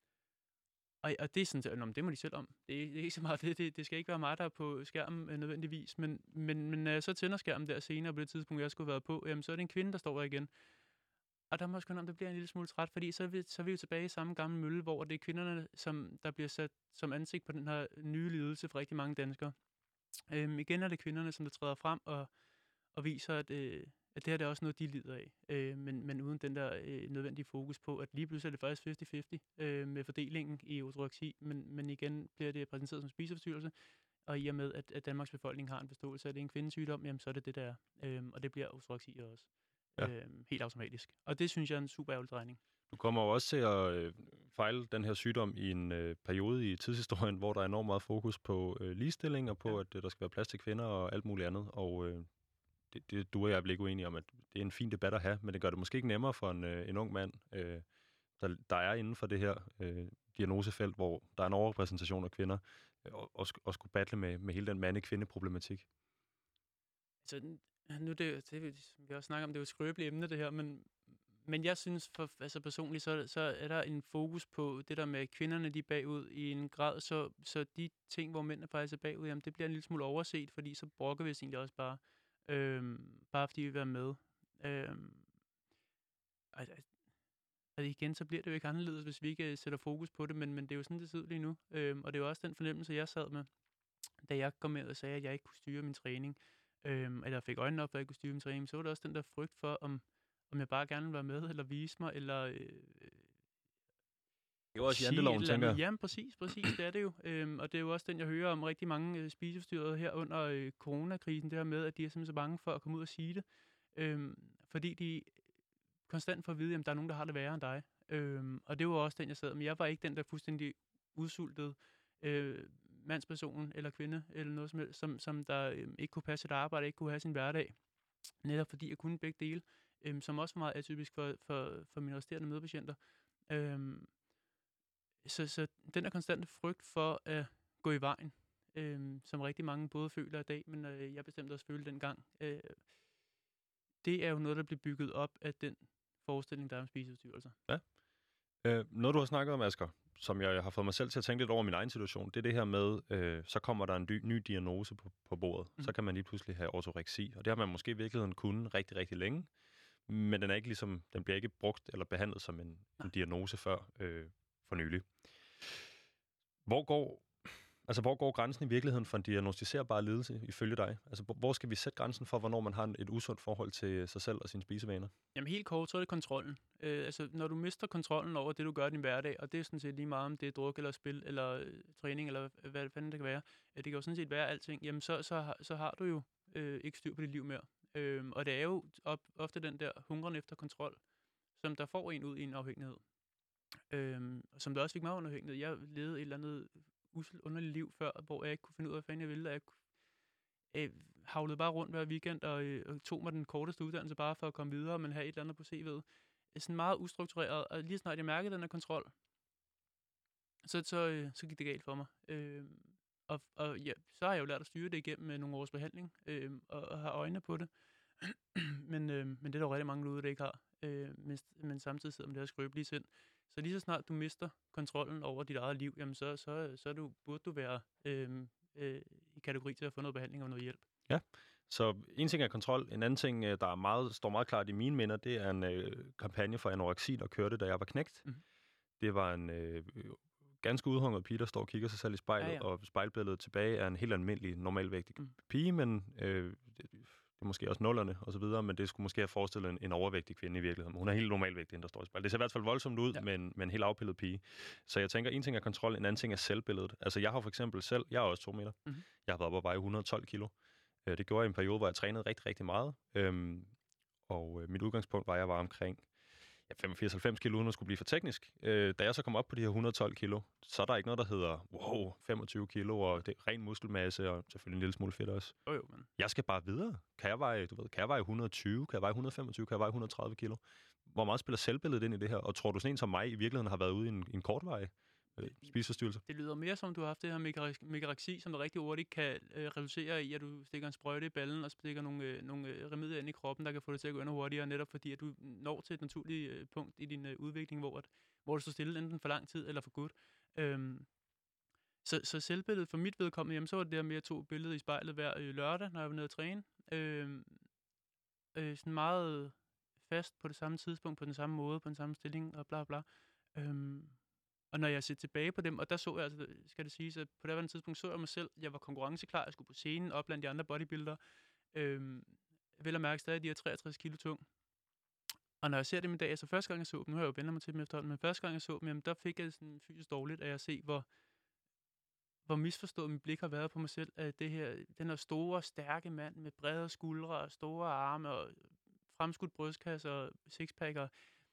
og, og det er sådan, at det må de selv om. Det er, det er ikke så meget det. det. Det skal ikke være mig, der er på skærmen øh, nødvendigvis. Men, men, men når jeg så tænder skærmen der senere på det tidspunkt, jeg skulle have været på, jamen, så er det en kvinde, der står der igen. Og der må jeg sgu om, det bliver en lille smule træt, fordi så er, vi, så er vi jo tilbage i samme gamle mølle, hvor det er kvinderne, som der bliver sat som ansigt på den her nye lidelse for rigtig mange danskere. Øhm, igen er det kvinderne, som der træder frem og, og viser, at, øh, at det her det er også noget, de lider af. Øh, men, men uden den der øh, nødvendige fokus på, at lige pludselig er det faktisk halvtreds halvtreds øh, med fordelingen i ortoreksi, men, men igen bliver det præsenteret som spiseforstyrrelse, og i og med, at, at Danmarks befolkning har en forståelse af, at det er en kvindesygdom, jamen så er det det, der er. Øh, og det bliver ortoreksi også. Ja. Øh, helt automatisk. Og det synes jeg er en super ærgerlig drejning. Du kommer jo også til at øh, fejle den her sygdom i en øh, periode i tidshistorien, hvor der er enormt meget fokus på øh, ligestilling og på, ja. at øh, der skal være plads til kvinder og alt muligt andet. Og øh, det, det, du og jeg er ikke uenige om, at det er en fin debat at have, men det gør det måske ikke nemmere for en, øh, en ung mand, øh, der, der er inden for det her øh, diagnosefelt, hvor der er en overrepræsentation af kvinder, øh, og, og, og skulle battle med, med hele den mande-kvinde-problematik. Altså, nu er det, det som vi også snakker om, det er jo et skrøbeligt emne, det her, men, men jeg synes for, altså personligt, så, så er der en fokus på det der med, at kvinderne de er bagud i en grad, så, så de ting, hvor mændene faktisk er bagud, jamen det bliver en lille smule overset, fordi så brokker vi os egentlig også bare, øhm, bare fordi vi vil være med. Øhm, altså, altså igen, så bliver det jo ikke anderledes, hvis vi ikke sætter fokus på det, men, men det er jo sådan, det sidder lige nu, øhm, og det er jo også den fornemmelse, jeg sad med, da jeg kom med og sagde, at jeg ikke kunne styre min træning, øhm, eller fik øjnene op, for at jeg kunne styre min træning, så var det også den der frygt for, om, om jeg bare gerne vil være med, eller vise mig, eller øh, det er jo også janteloven, tænker jeg. Jamen, præcis, præcis, det er det jo. Øhm, og det er jo også den, jeg hører om rigtig mange øh, spiseforstyrrede her under øh, coronakrisen, det her med, at de er simpelthen så bange for at komme ud og sige det. Øhm, fordi de konstant får at vide, at der er nogen, der har det værre end dig. Øhm, og det var også den, jeg sad med. Jeg var ikke den, der fuldstændig udsultede øh, mandsperson eller kvinde, eller noget som helst, som, som der øh, ikke kunne passe sit arbejde, ikke kunne have sin hverdag. Netop fordi jeg kunne begge dele, øh, som også var meget atypisk for, for, for mine resterende medpatienter. Øhm, så, så den der konstante frygt for at gå i vejen, øh, som rigtig mange både føler i dag, men øh, jeg bestemt også følte dengang, øh, det er jo noget, der bliver bygget op af den forestilling, der er om spiseforstyrrelser. Ja. Øh, noget, du har snakket om, Asger, som jeg har fået mig selv til at tænke lidt over min egen situation, det er det her med, øh, så kommer der en dy- ny diagnose på, på bordet. Mm. Så kan man lige pludselig have ortoreksi, og det har man måske i virkeligheden kunnet rigtig, rigtig længe, men den er ikke ligesom, den bliver ikke brugt eller behandlet som en, en diagnose før øh, for nylig. Hvor går, altså, hvor går grænsen i virkeligheden for en diagnostiserbar lidelse ifølge dig? Altså, hvor skal vi sætte grænsen for, hvornår man har et usundt forhold til sig selv og sine spisevaner? Jamen helt kort, så er det kontrollen. Øh, altså, når du mister kontrollen over det, du gør i din hverdag, og det er sådan set lige meget, om det er druk eller spil, eller øh, træning, eller hvad fanden det kan være. Det kan jo sådan set være alting. Jamen, så, så, så har du jo øh, ikke styr på dit liv mere. Øh, og det er jo op, ofte den der hungren efter kontrol, som der får en ud i en afhængighed. Øh, som der også fik mig under afhængighed. Jeg levede et eller andet uselt underligt liv før, hvor jeg ikke kunne finde ud af, hvad fanden jeg ville. Jeg øh, havlede bare rundt hver weekend og, øh, og tog mig den korteste uddannelse bare for at komme videre, men have et eller andet på C V'et. Sådan meget ustruktureret, og lige snart jeg mærkede den her kontrol, så, så, øh, så gik det galt for mig. Øh, og og ja, så har jeg jo lært at styre det igennem med nogle års behandling, øh, og, og have øjne på det. men, øh, men det er der jo rigtig mange ude, der ikke har. Øh, men, men samtidig sidder man der og skrøbelige sind. Så lige så snart du mister kontrollen over dit eget liv, jamen så, så, så du, burde du være øh, øh, i kategori til at få noget behandling og noget hjælp. Ja, Så en ting er kontrol. En anden ting, der er meget, står meget klart i mine minder, det er en øh, kampagne for anoreksi, der kørte, da jeg var knægt. Mhm. Det var en øh, ganske udhungret pige, der står og kigger sig selv i spejlet, Ja, ja. og spejlbilledet tilbage er en helt almindelig, normalvægtig Mm. pige, men øh, det, det er måske også nullerne og så videre, men det skulle måske have forestillet en, en overvægtig kvinde i virkeligheden. Hun er helt normalvægtig, der står i spejlet. Det ser i hvert fald voldsomt ud, Ja. men med en helt afpillet pige. Så jeg tænker, en ting er kontrol, en anden ting er selvbilledet. Altså jeg har for eksempel selv, jeg er også to meter, Mhm. jeg har været oppe og veje et hundrede og tolv kilo. Øh, Det gjorde jeg i en periode, hvor jeg trænede rigtig, rigtig meget. Øhm, og øh, mit udgangspunkt var, at jeg var omkring ja, femogfirs til halvfems kilo, uden at skulle blive for teknisk. Øh, da jeg så kom op på de her et hundrede og tolv kilo, så er der ikke noget, der hedder, wow, femogtyve kilo, og det er ren muskelmasse, og selvfølgelig en lille smule fedt også. Jo, jo, men Jeg skal bare videre. Kan jeg veje, du ved, kan jeg veje et hundrede og tyve, kan jeg veje et hundrede og femogtyve, kan jeg veje et hundrede og tredive kilo? Hvor meget spiller selvbilledet ind i det her? Og tror du sådan en som mig i virkeligheden har været ude i en, en kortveje øh, spiseforstyrrelse? det lyder mere som, du har haft det her megarex- megareksi, som der rigtig hurtigt kan øh, reducere i, at du stikker en sprøjte i ballen, og stikker nogle, øh, nogle øh, remedier ind i kroppen, der kan få det til at gå endnu hurtigere, netop fordi, at du når til et naturligt øh, punkt i din øh, udvikling, hvor, at, hvor du står stille enten for lang tid eller for godt. Øhm, så, så selvbilledet for mit vedkommende, jamen, så var det der med, at jeg tog billedet i spejlet hver øh, lørdag, når jeg var nede at træne. Øhm, øh, sådan meget fast på det samme tidspunkt, på den samme måde, på den samme stilling, og bla bla. Øhm, og når jeg ser tilbage på dem, og der så jeg, altså, skal det siges, at på det andet tidspunkt så jeg mig selv, jeg var konkurrenceklar, jeg skulle på scenen, op blandt de andre bodybuildere. Øhm, vel at mærke stadig, de er treogtres kilo tung. Og når jeg ser dem i dag, altså første gang jeg så dem, nu har jeg jo vendt mig til dem efterhånden, men første gang jeg så dem, jamen, der fik jeg sådan fysisk dårligt, at jeg se, hvor, hvor misforstået mit blik har været på mig selv, at det her, den her store, stærke mand med brede skuldre og store arme og fremskudt brystkasse og sixpacker,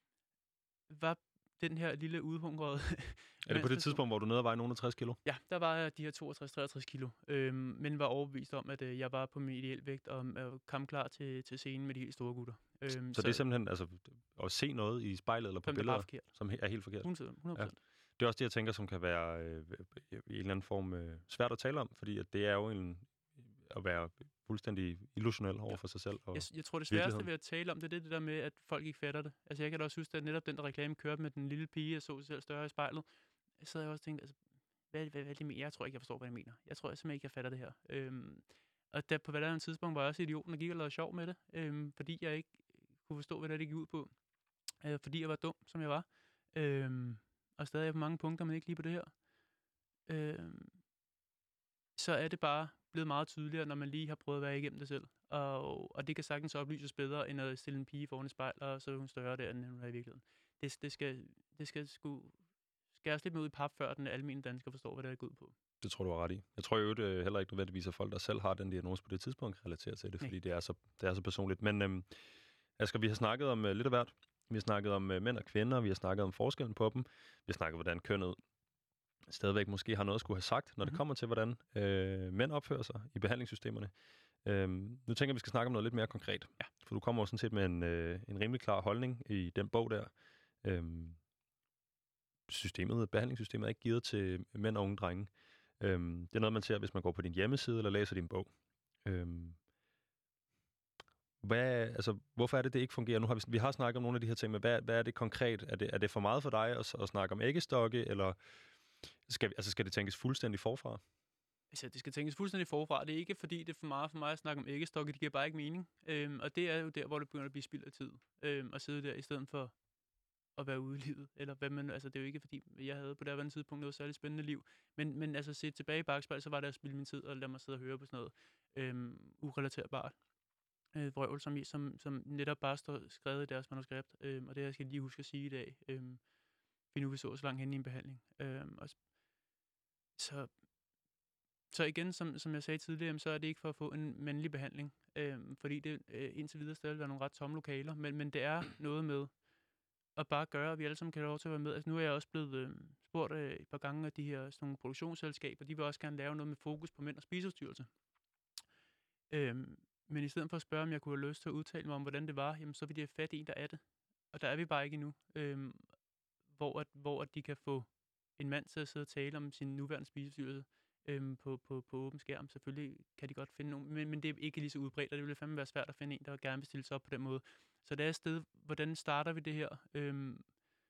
var den her lille udhungrede... Er det på det tidspunkt, hvor du er nede og veje nogen af tres kilo? Ja, der var jeg de her toogtres til treogtres kilo, øhm, men var overbevist om, at øh, jeg var på min ideelle vægt og øh, kom klar til, til scenen med de helt store gutter. Øhm, Så det er simpelthen altså, at se noget i spejlet eller på som det billeder, bare forkert. som he- er helt forkert. hundrede procent. Det er også det, jeg tænker, som kan være øh, i en eller anden form øh, svært at tale om, fordi at det er jo en, at være fuldstændig illusionel over for sig selv. Og Jeg, jeg tror, det sværeste virkeligheden. ved at tale om det, det er det der med, at folk ikke fatter det. Altså, jeg kan da også huske, at netop den der reklame kørte med den lille pige, jeg så sig selv større i spejlet. Så havde jeg også tænkt, altså, hvad, hvad, hvad det mener? Jeg tror ikke, jeg forstår, hvad det mener. Jeg tror jeg simpelthen ikke, jeg fatter det her. Øhm, og der, på hvad der andet tidspunkt var jeg også idioten, og gik og lavede sjov med det, øhm, fordi jeg ikke kunne forstå, hvad det, det gik ud på. Øh, fordi jeg var dum, som jeg var. Øhm, og stadig er på mange punkter, men ikke lige på det her. Øhm, så er det bare blevet meget tydeligere, når man lige har prøvet at være igennem det selv. Og, og det kan sagtens oplyses bedre, end at stille en pige foran et spejl, og så er hun større der, end hun er i virkeligheden. Det, det skal, det skal sgu skæres lidt med ud i pap, før den almindelige dansker forstår, hvad det er gået ud på. Det tror du har ret i. Jeg tror jo øh, heller ikke nødvendigvis, at folk, der selv har den diagnose på det tidspunkt, relaterer til det, Nej. fordi det er, så, det er så personligt. Men øhm, Asger, vi har snakket om øh, lidt af hvert. Vi har snakket om øh, mænd og kvinder, vi har snakket om forskellen på dem, vi har snakket, hvordan kønnet stadigvæk måske har noget at skulle have sagt, når mm-hmm. det kommer til, hvordan øh, mænd opfører sig i behandlingssystemerne. Øhm, nu tænker jeg, vi skal snakke om noget lidt mere konkret. Ja. For du kommer jo sådan set med en, øh, en rimelig klar holdning i den bog der. Øhm, systemet, behandlingssystemet er ikke givet til mænd og unge drenge. Øhm, det er noget, man ser, hvis man går på din hjemmeside eller læser din bog. Øhm, hvad, altså, hvorfor er det, det ikke fungerer? Nu har vi, vi har snakket om nogle af de her ting, men hvad, hvad er det konkret? Er det, er det for meget for dig at, at snakke om æggestokke, eller skal, altså, skal det tænkes fuldstændig forfra? Altså, det skal tænkes fuldstændig forfra. Det er ikke, fordi det er for meget for mig at snakke om æggestokke. Det giver bare ikke mening. Øhm, og det er jo der, hvor det begynder at blive spild af tid. Øhm, at sidde der, i stedet for at være ude i livet. Eller hvad man, altså, det er jo ikke, fordi jeg havde på det her tidspunkt noget særligt spændende liv. Men, men altså, set tilbage i bakspejl, så var det at spilde min tid og lade mig sidde og høre på sådan noget øhm, urelaterbart. Øh, vrøvl, som, som, som netop bare står skrevet i deres manuskript. Øhm, og det jeg skal lige huske at sige i dag. Øhm, fordi nu vi så så langt hen i en behandling. Øhm, og så, så igen, som, som jeg sagde tidligere, så er det ikke for at få en mandlig behandling. Øhm, fordi det øh, indtil videre stadig er nogle ret tomme lokaler. Men, men det er noget med at bare gøre, at vi alle sammen kan have lov til at være med. Altså, nu er jeg også blevet øh, spurgt øh, et par gange af de her sådan nogle produktionsselskaber. De vil også gerne lave noget med fokus på mænd og spiseforstyrrelser. Øhm, Men i stedet for at spørge, om jeg kunne have lyst til at udtale mig om, hvordan det var, jamen, så vil de have fat i en, der er det. Og der er vi bare ikke endnu. Øhm, hvor, at, hvor at de kan få en mand til at sidde og tale om sin nuværende spiseforstyrrelse øhm, på, på, på åben skærm. Selvfølgelig kan de godt finde nogen, men, men det er ikke lige så udbredt, og det ville fandme være svært at finde en, der gerne vil stille sig op på den måde. Så det er et sted, hvordan starter vi det her? Øhm,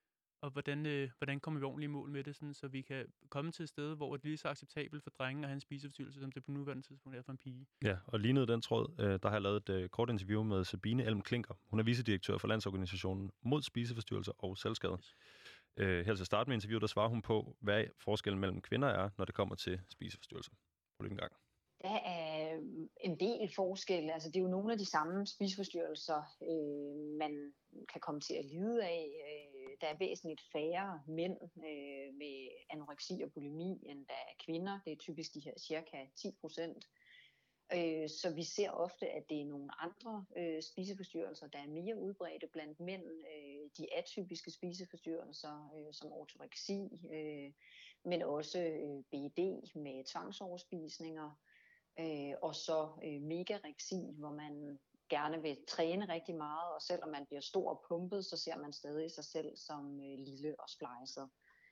og hvordan, øh, hvordan kommer vi ordentligt i mål med det, sådan, så vi kan komme til et sted, hvor det er lige så acceptabelt for drenge at have en spiseforstyrrelse, som det på nuværende tidspunkt er for en pige. Ja, og lige ned den tråd, øh, der har jeg lavet et øh, kort interview med Sabine Elm Klinker. Hun er vicedirektør for Landsorganisationen mod spiseforstyrrelser og selvskade. Yes. Øh, her til at starte med interviewet, der svarer hun på, hvad forskellen mellem kvinder er, når det kommer til spiseforstyrrelser. Prøv lige en gang. Der er en del forskel. Altså, det er jo nogle af de samme spiseforstyrrelser, øh, man kan komme til at lide af. Øh, der er væsentligt færre mænd øh, med anoreksi og bulimi, end der er kvinder. Det er typisk de her cirka ti procent. Øh, så vi ser ofte, at det er nogle andre øh, spiseforstyrrelser, der er mere udbredte blandt mænd. Øh, de atypiske spiseforstyrrelser, øh, som ortoreksi, øh, men også øh, B D med tvangsoverspisninger. Øh, og så øh, megareksi, hvor man gerne vil træne rigtig meget, og selvom man bliver stor og pumpet, så ser man stadig sig selv som øh, lille og splejset.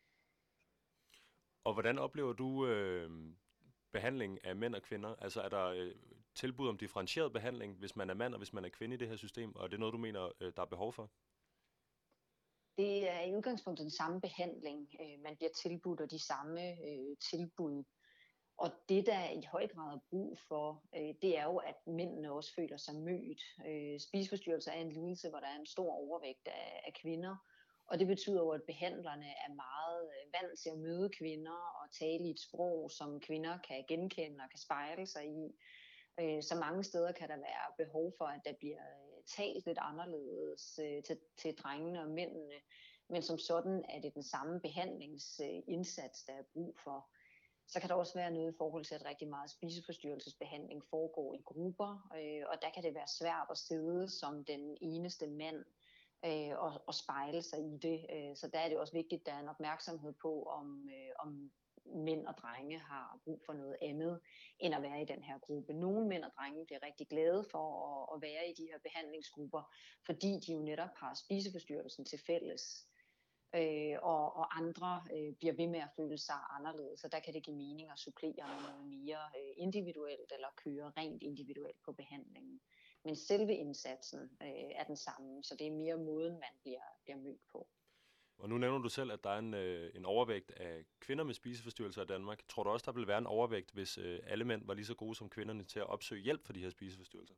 Og hvordan oplever du øh, behandling af mænd og kvinder? Altså er der øh, tilbud om differentieret behandling, hvis man er mand og hvis man er kvinde i det her system, og er det noget, du mener, øh, der er behov for? Det er i udgangspunktet den samme behandling. Øh, man bliver tilbudt, og de samme øh, tilbud. Og det, der i høj grad er brug for, øh, det er jo, at mændene også føler sig mødt. Øh, spiseforstyrrelser er en lidelse, hvor der er en stor overvægt af, af kvinder. Og det betyder jo, at behandlerne er meget vant til at møde kvinder og tale i et sprog, som kvinder kan genkende og kan spejle sig i. Øh, så mange steder kan der være behov for, at der bliver talt lidt anderledes øh, til, til drengene og mændene. Men som sådan er det den samme behandlingsindsats, der er brug for. Så kan der også være noget i forhold til, at rigtig meget spiseforstyrrelsesbehandling foregår i grupper, øh, og der kan det være svært at sidde som den eneste mand øh, og, og spejle sig i det. Øh, så der er det også vigtigt, at der er en opmærksomhed på, om, øh, om mænd og drenge har brug for noget andet, end at være i den her gruppe. Nogle mænd og drenge bliver rigtig glade for at, at være i de her behandlingsgrupper, fordi de jo netop har spiseforstyrrelsen til fælles. Øh, og, og andre øh, bliver ved med at føle sig anderledes, så der kan det give mening at supplere med noget mere øh, individuelt, eller køre rent individuelt på behandlingen. Men selve indsatsen øh, er den samme, så det er mere måden, man bliver, bliver mødt på. Og nu nævner du selv, at der er en, øh, en overvægt af kvinder med spiseforstyrrelser i Danmark. Tror du også, der vil være en overvægt, hvis øh, alle mænd var lige så gode som kvinderne til at opsøge hjælp for de her spiseforstyrrelser?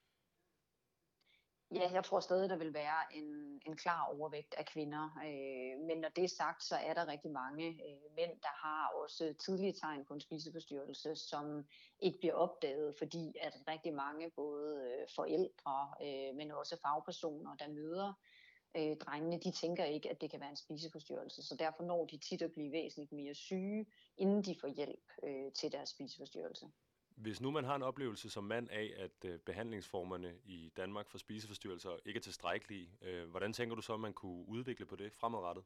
Ja, jeg tror stadig, der vil være en, en klar overvægt af kvinder. Øh, men når det er sagt, så er der rigtig mange øh, mænd, der har også tidlige tegn på en spiseforstyrrelse, som ikke bliver opdaget, fordi at rigtig mange, både øh, forældre, øh, men også fagpersoner, der møder øh, drengene, de tænker ikke, at det kan være en spiseforstyrrelse. Så derfor når de tit at blive væsentligt mere syge, inden de får hjælp øh, til deres spiseforstyrrelse. Hvis nu man har en oplevelse som mand af, at øh, behandlingsformerne i Danmark for spiseforstyrrelser ikke er tilstrækkelige, øh, hvordan tænker du så, at man kunne udvikle på det fremadrettet?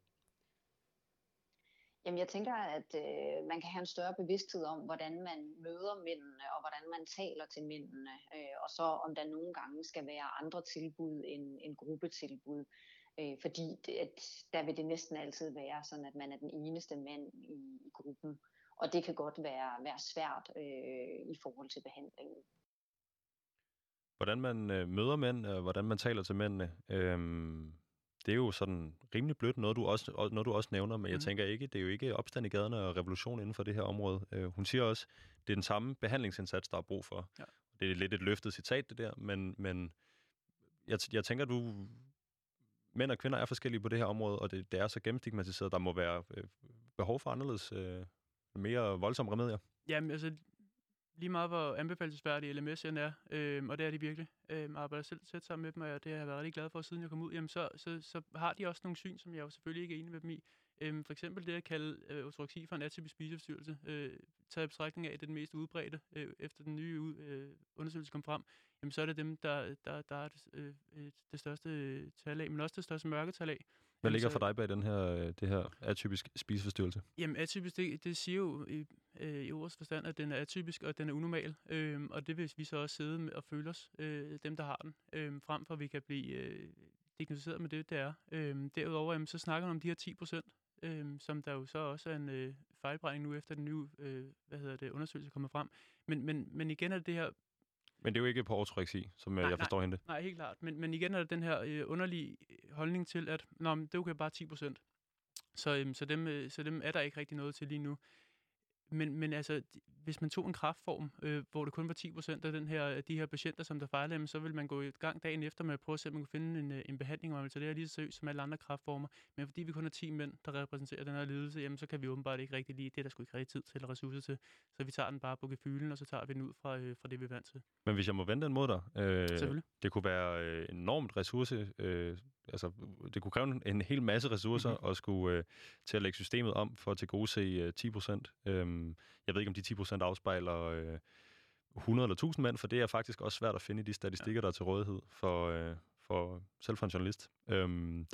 Jamen jeg tænker, at øh, man kan have en større bevidsthed om, hvordan man møder mændene, og hvordan man taler til mændene, øh, og så om der nogle gange skal være andre tilbud end, end gruppetilbud. Øh, fordi det, at der vil det næsten altid være sådan, at man er den eneste mand i, i gruppen. Og det kan godt være, være svært øh, i forhold til behandlingen. Hvordan man øh, møder mænd, og hvordan man taler til mændene, øh, det er jo sådan rimelig blødt, noget du også, noget du også nævner, men jeg mm. tænker ikke, det er jo ikke opstand i gaderne og revolution inden for det her område. Øh, hun siger også, det er den samme behandlingsindsats, der er brug for. Ja. Det er lidt et løftet citat, det der, men, men jeg, jeg tænker, du mænd og kvinder er forskellige på det her område, og det, det er så gennemstigmatiseret, der må være øh, behov for anderledes øh, mere voldsomme remedier. Jamen, altså, lige meget hvor anbefalelsesværdige L M S'erne er, øh, og det er de virkelig, øh, arbejder selv tæt sammen med dem, og det har jeg været rigtig glad for, siden jeg kom ud, jamen så, så, så har de også nogle syn, som jeg jo selvfølgelig ikke er enig med dem i. Øh, for eksempel det at kalde øh, ortoreksi for en atypisk spiseforstyrrelse, øh, taget i betragtning af, at det er den mest udbredte, øh, efter den nye øh, undersøgelse kom frem, jamen så er det dem, der, der, der er det, øh, det største tal af, men også det største mørketal af. Hvad ligger for dig bag den her, det her atypisk spiseforstyrrelse? Jamen atypisk, det, det siger jo i, øh, i ordets forstand, at den er atypisk, og den er unormal. Øhm, og det vil vi så også sidde med og føle os, øh, dem der har den, øh, frem for at vi kan blive øh, diagnosticeret med det, det er. Øhm, derudover, jamen, så snakker man om de her ti procent, øh, som der jo så også er en øh, fejlberegning nu, efter den nye øh, hvad hedder det, undersøgelse kommer frem. Men, men, men igen er det det her... Men det er jo ikke på ortoreksi, som nej, jeg forstår nej, hende. Nej, helt klart. Men, men igen er det den her øh, underlige holdning til, at nå, det er jo bare ti procent. Så, øhm, så, dem, øh, så dem er der ikke rigtig noget til lige nu. Men, men altså, hvis man tog en kræftform, øh, hvor det kun var ti procent af den her, de her patienter, som der fejlede, så vil man gå i gang dagen efter med at prøve at se, om man kunne finde en, en behandling, og man vil tage det her lige så seriøst som alle andre kræftformer. Men fordi vi kun har ti mænd, der repræsenterer den her lidelse, jamen, så kan vi åbenbart ikke rigtig lide. Det er der sgu ikke rigtig tid til eller ressourcer til. Så vi tager den bare på gefylen, og så tager vi den ud fra, øh, fra det, vi er vant til. Men hvis jeg må vente den mod dig, øh, Selvfølgelig. det kunne være øh, enormt ressource, øh, altså det kunne kræve en, en hel masse ressourcer mm-hmm. at skulle øh, til at lægge systemet om for at tilgodese øh, ti procent. Øh, jeg ved ikke, om de ti procent afspejler øh, hundrede eller tusind mænd, for det er faktisk også svært at finde i de statistikker, ja. der er til rådighed for, øh, for selv for en journalist. Øh,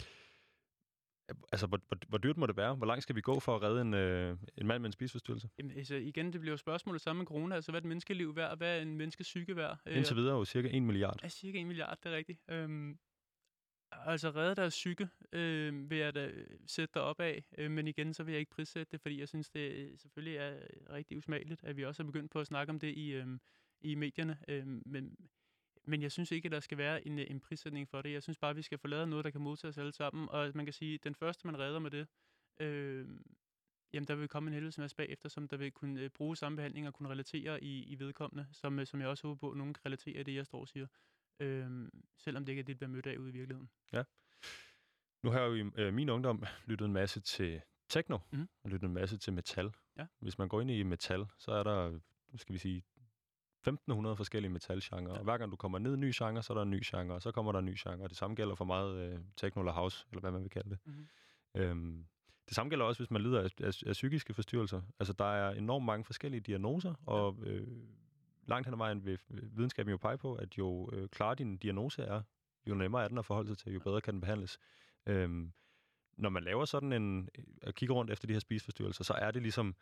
altså, hvor, hvor, hvor dyrt må det være? Hvor langt skal vi gå for at redde en, øh, en mand med en spiseforstyrrelse? Jamen, altså, igen, det bliver jo spørgsmålet sammen med corona. Altså, hvad er et menneskeliv værd? Hvad er en menneskes psyke værd? Indtil videre jo cirka en milliard. Ja, cirka en milliard, det er rigtigt. Øhm, altså, redde deres psyke øh, vil jeg da sætte dig op af. Øh, men igen, så vil jeg ikke prissætte det, fordi jeg synes, det selvfølgelig er rigtig usmageligt, at vi også er begyndt på at snakke om det i, øh, i medierne. Øh, men Men jeg synes ikke, at der skal være en, en prissætning for det. Jeg synes bare, at vi skal få lavet noget, der kan modtages alle sammen. Og man kan sige, at den første, man redder med det, øh, jamen der vil komme en helvedes masse bagefter, som der vil kunne øh, bruge samme behandling og kunne relatere i, i vedkommende, som, som jeg også håber på, at nogen kan relatere i det, jeg står og siger. Øh, selvom det ikke er det, der bliver mødt af ude i virkeligheden. Ja. Nu har jeg jo i øh, min ungdom lyttet en masse til techno, mm. og lyttet en masse til metal. Ja. Hvis man går ind i metal, så er der, skal vi sige, femten hundrede forskellige metalgenrer, ja. Og hver gang du kommer ned i en ny genre, så er der en ny genre, og så kommer der en ny genre, og det samme gælder for meget øh, techno eller house, eller hvad man vil kalde det. Mm-hmm. Øhm, det samme gælder også, hvis man lider af, af, af psykiske forstyrrelser. Altså, der er enormt mange forskellige diagnoser, og øh, langt hen ad vejen vil videnskaben jo pege på, at jo øh, klar din diagnose er, jo nemmere er den at forholde sig til, jo bedre kan den behandles. Øhm, når man laver sådan en, og kigger rundt efter de her spiseforstyrrelser, så er det ligesom,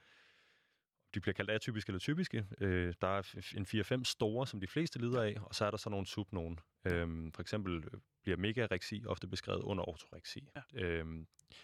de bliver kaldt atypiske eller typiske. Øh, der er en fire fem store, som de fleste lider af, og så er der så nogle sub nogen. Øhm, for eksempel bliver megareksi ofte beskrevet under ortoreksi. Ja. Øhm,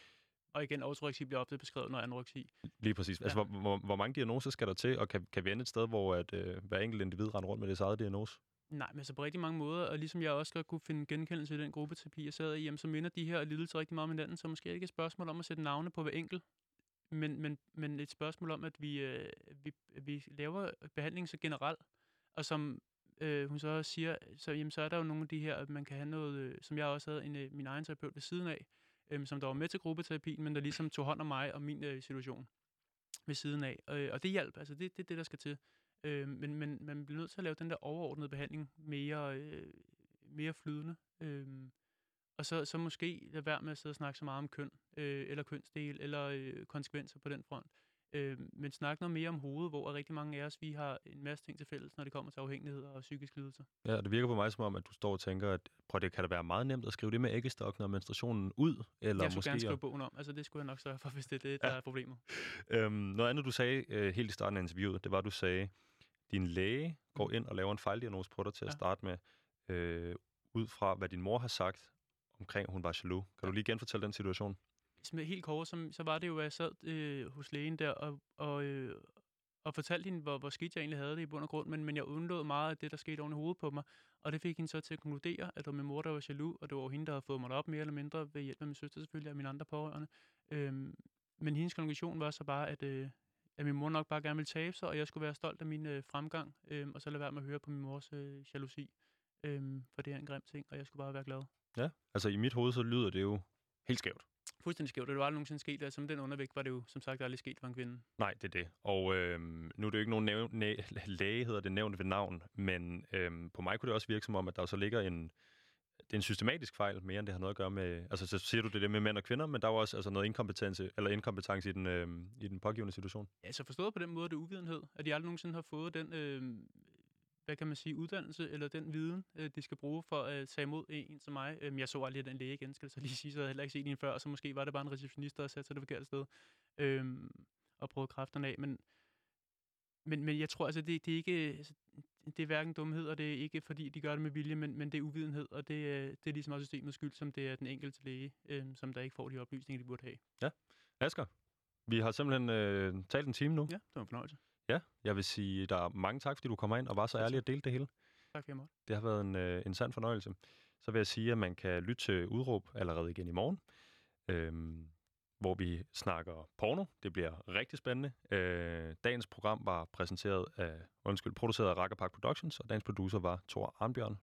og igen, ortoreksi bliver ofte beskrevet under anoreksi. Lige præcis. Ja. Altså, hvor, hvor, hvor mange diagnoser skal der til, og kan, kan vi ende et sted, hvor at, øh, hver enkelt individ render rundt med det eget diagnose? Nej, men altså på rigtig mange måder, og ligesom jeg også godt kunne finde genkendelse i den gruppeterapi, jeg sad i, jamen, så minder de her lidelser rigtig meget om hinanden, så måske ikke et spørgsmål om at sætte navne på hver enkelt, men, men, men et spørgsmål om, at vi, øh, vi, vi laver behandling så generelt, og som øh, hun så også siger, så, jamen, så er der jo nogle af de her, at man kan have noget, øh, som jeg også havde en, øh, min egen terapeut ved siden af, øh, som der var med til gruppeterapien, men der ligesom tog hånd om mig og min øh, situation ved siden af, øh, og det hjælper, altså det er det, det, der skal til. Øh, men, men man bliver nødt til at lave den der overordnede behandling mere, øh, mere flydende. Øh, og så, så måske lade være med at sidde og snakke så meget om køn, øh, eller kønsdel, eller øh, konsekvenser på den front. Øh, men snakke noget mere om hovedet, hvor rigtig mange af os, vi har en masse ting til fælles, når det kommer til afhængighed og psykisk lidelser. Ja, det virker på mig som om, at du står og tænker, at prøv, det kan da være meget nemt at skrive det med æggestokken og menstruationen ud, eller jeg skulle måske... gerne skrive bogen om. Altså, det skulle jeg nok sørge for, hvis det er det, der ja. er problemet. Øhm, noget andet, du sagde øh, helt i starten af interviewet, det var, at du sagde, din læge går ind og laver en fejldiagnose på dig til at ja. starte med, øh, ud fra, hvad din mor har sagt omkring, at hun var jaloux. Kan ja. du lige genfortælle den situation? Som helt kort, som, så var det jo, at jeg sad øh, hos lægen der og, og, øh, og fortalte hende, hvor, hvor skidt jeg egentlig havde det i bund og grund, men, men jeg undlod meget af det, der skete oven i hovedet på mig, og det fik hende så til at konkludere, at det var min mor, der var jaloux, og det var hende, der havde fået mig op mere eller mindre ved hjælp af min søster selvfølgelig, og mine andre pårørende. Øhm, men hendes konklusion var så bare, at, øh, at min mor nok bare gerne ville tabe sig, og jeg skulle være stolt af min øh, fremgang, øh, og så lade være med at høre på min mors øh, jalousi, øh, for det er en grim ting, og jeg skulle bare være glad. Ja, altså i mit hoved, så lyder det jo helt skævt. Fuldstændig skævt. Det var aldrig nogensinde sket. Altså med den undervægt var det jo, som sagt, aldrig sket for en kvinde. Nej, det er det. Og øhm, nu er det jo ikke nogen næv- næ- læge, hedder det nævnt ved navn, men øhm, på mig kunne det også virke som om, at der så ligger en, det er en systematisk fejl, mere end det har noget at gøre med, altså så siger du det der med mænd og kvinder, men der er jo også altså, noget inkompetence, eller inkompetence i den, øhm, i den pågivende situation. Ja, så forstået på den måde, det er uvidenhed, at de aldrig nogensinde har fået den, øh, hvad kan man sige, uddannelse, eller den viden, øh, de skal bruge for at tage imod en som mig. Øh, jeg så aldrig den læge igen, skal jeg så lige sige, så jeg havde heller ikke set en før, så måske var det bare en receptionist, der havde sat sig det forkerte sted, øh, og prøvet kræfterne af, men, men, men jeg tror altså, det, det er ikke, altså, det er hverken dumhed, og det er ikke fordi, de gør det med vilje, men, men det er uvidenhed, og det, det er ligesom også systemets skyld, som det er den enkelte læge, øh, som der ikke får de oplysninger, de burde have. Ja. Asger, vi har simpelthen øh, talt en time nu. Ja, det var en fornøjelse. Ja, jeg vil sige, der er mange tak, fordi du kommer ind og var så ærlig at dele det hele. Tak for jeg måtte. Det har været en, øh, en sand fornøjelse. Så vil jeg sige, at man kan lytte til Udråb allerede igen i morgen. Øhm, hvor vi snakker porno. Det bliver rigtig spændende. Øh, dagens program var præsenteret af, undskyld, produceret af Rakkerpark Productions, og dagens producer var Thor Arnbjørn.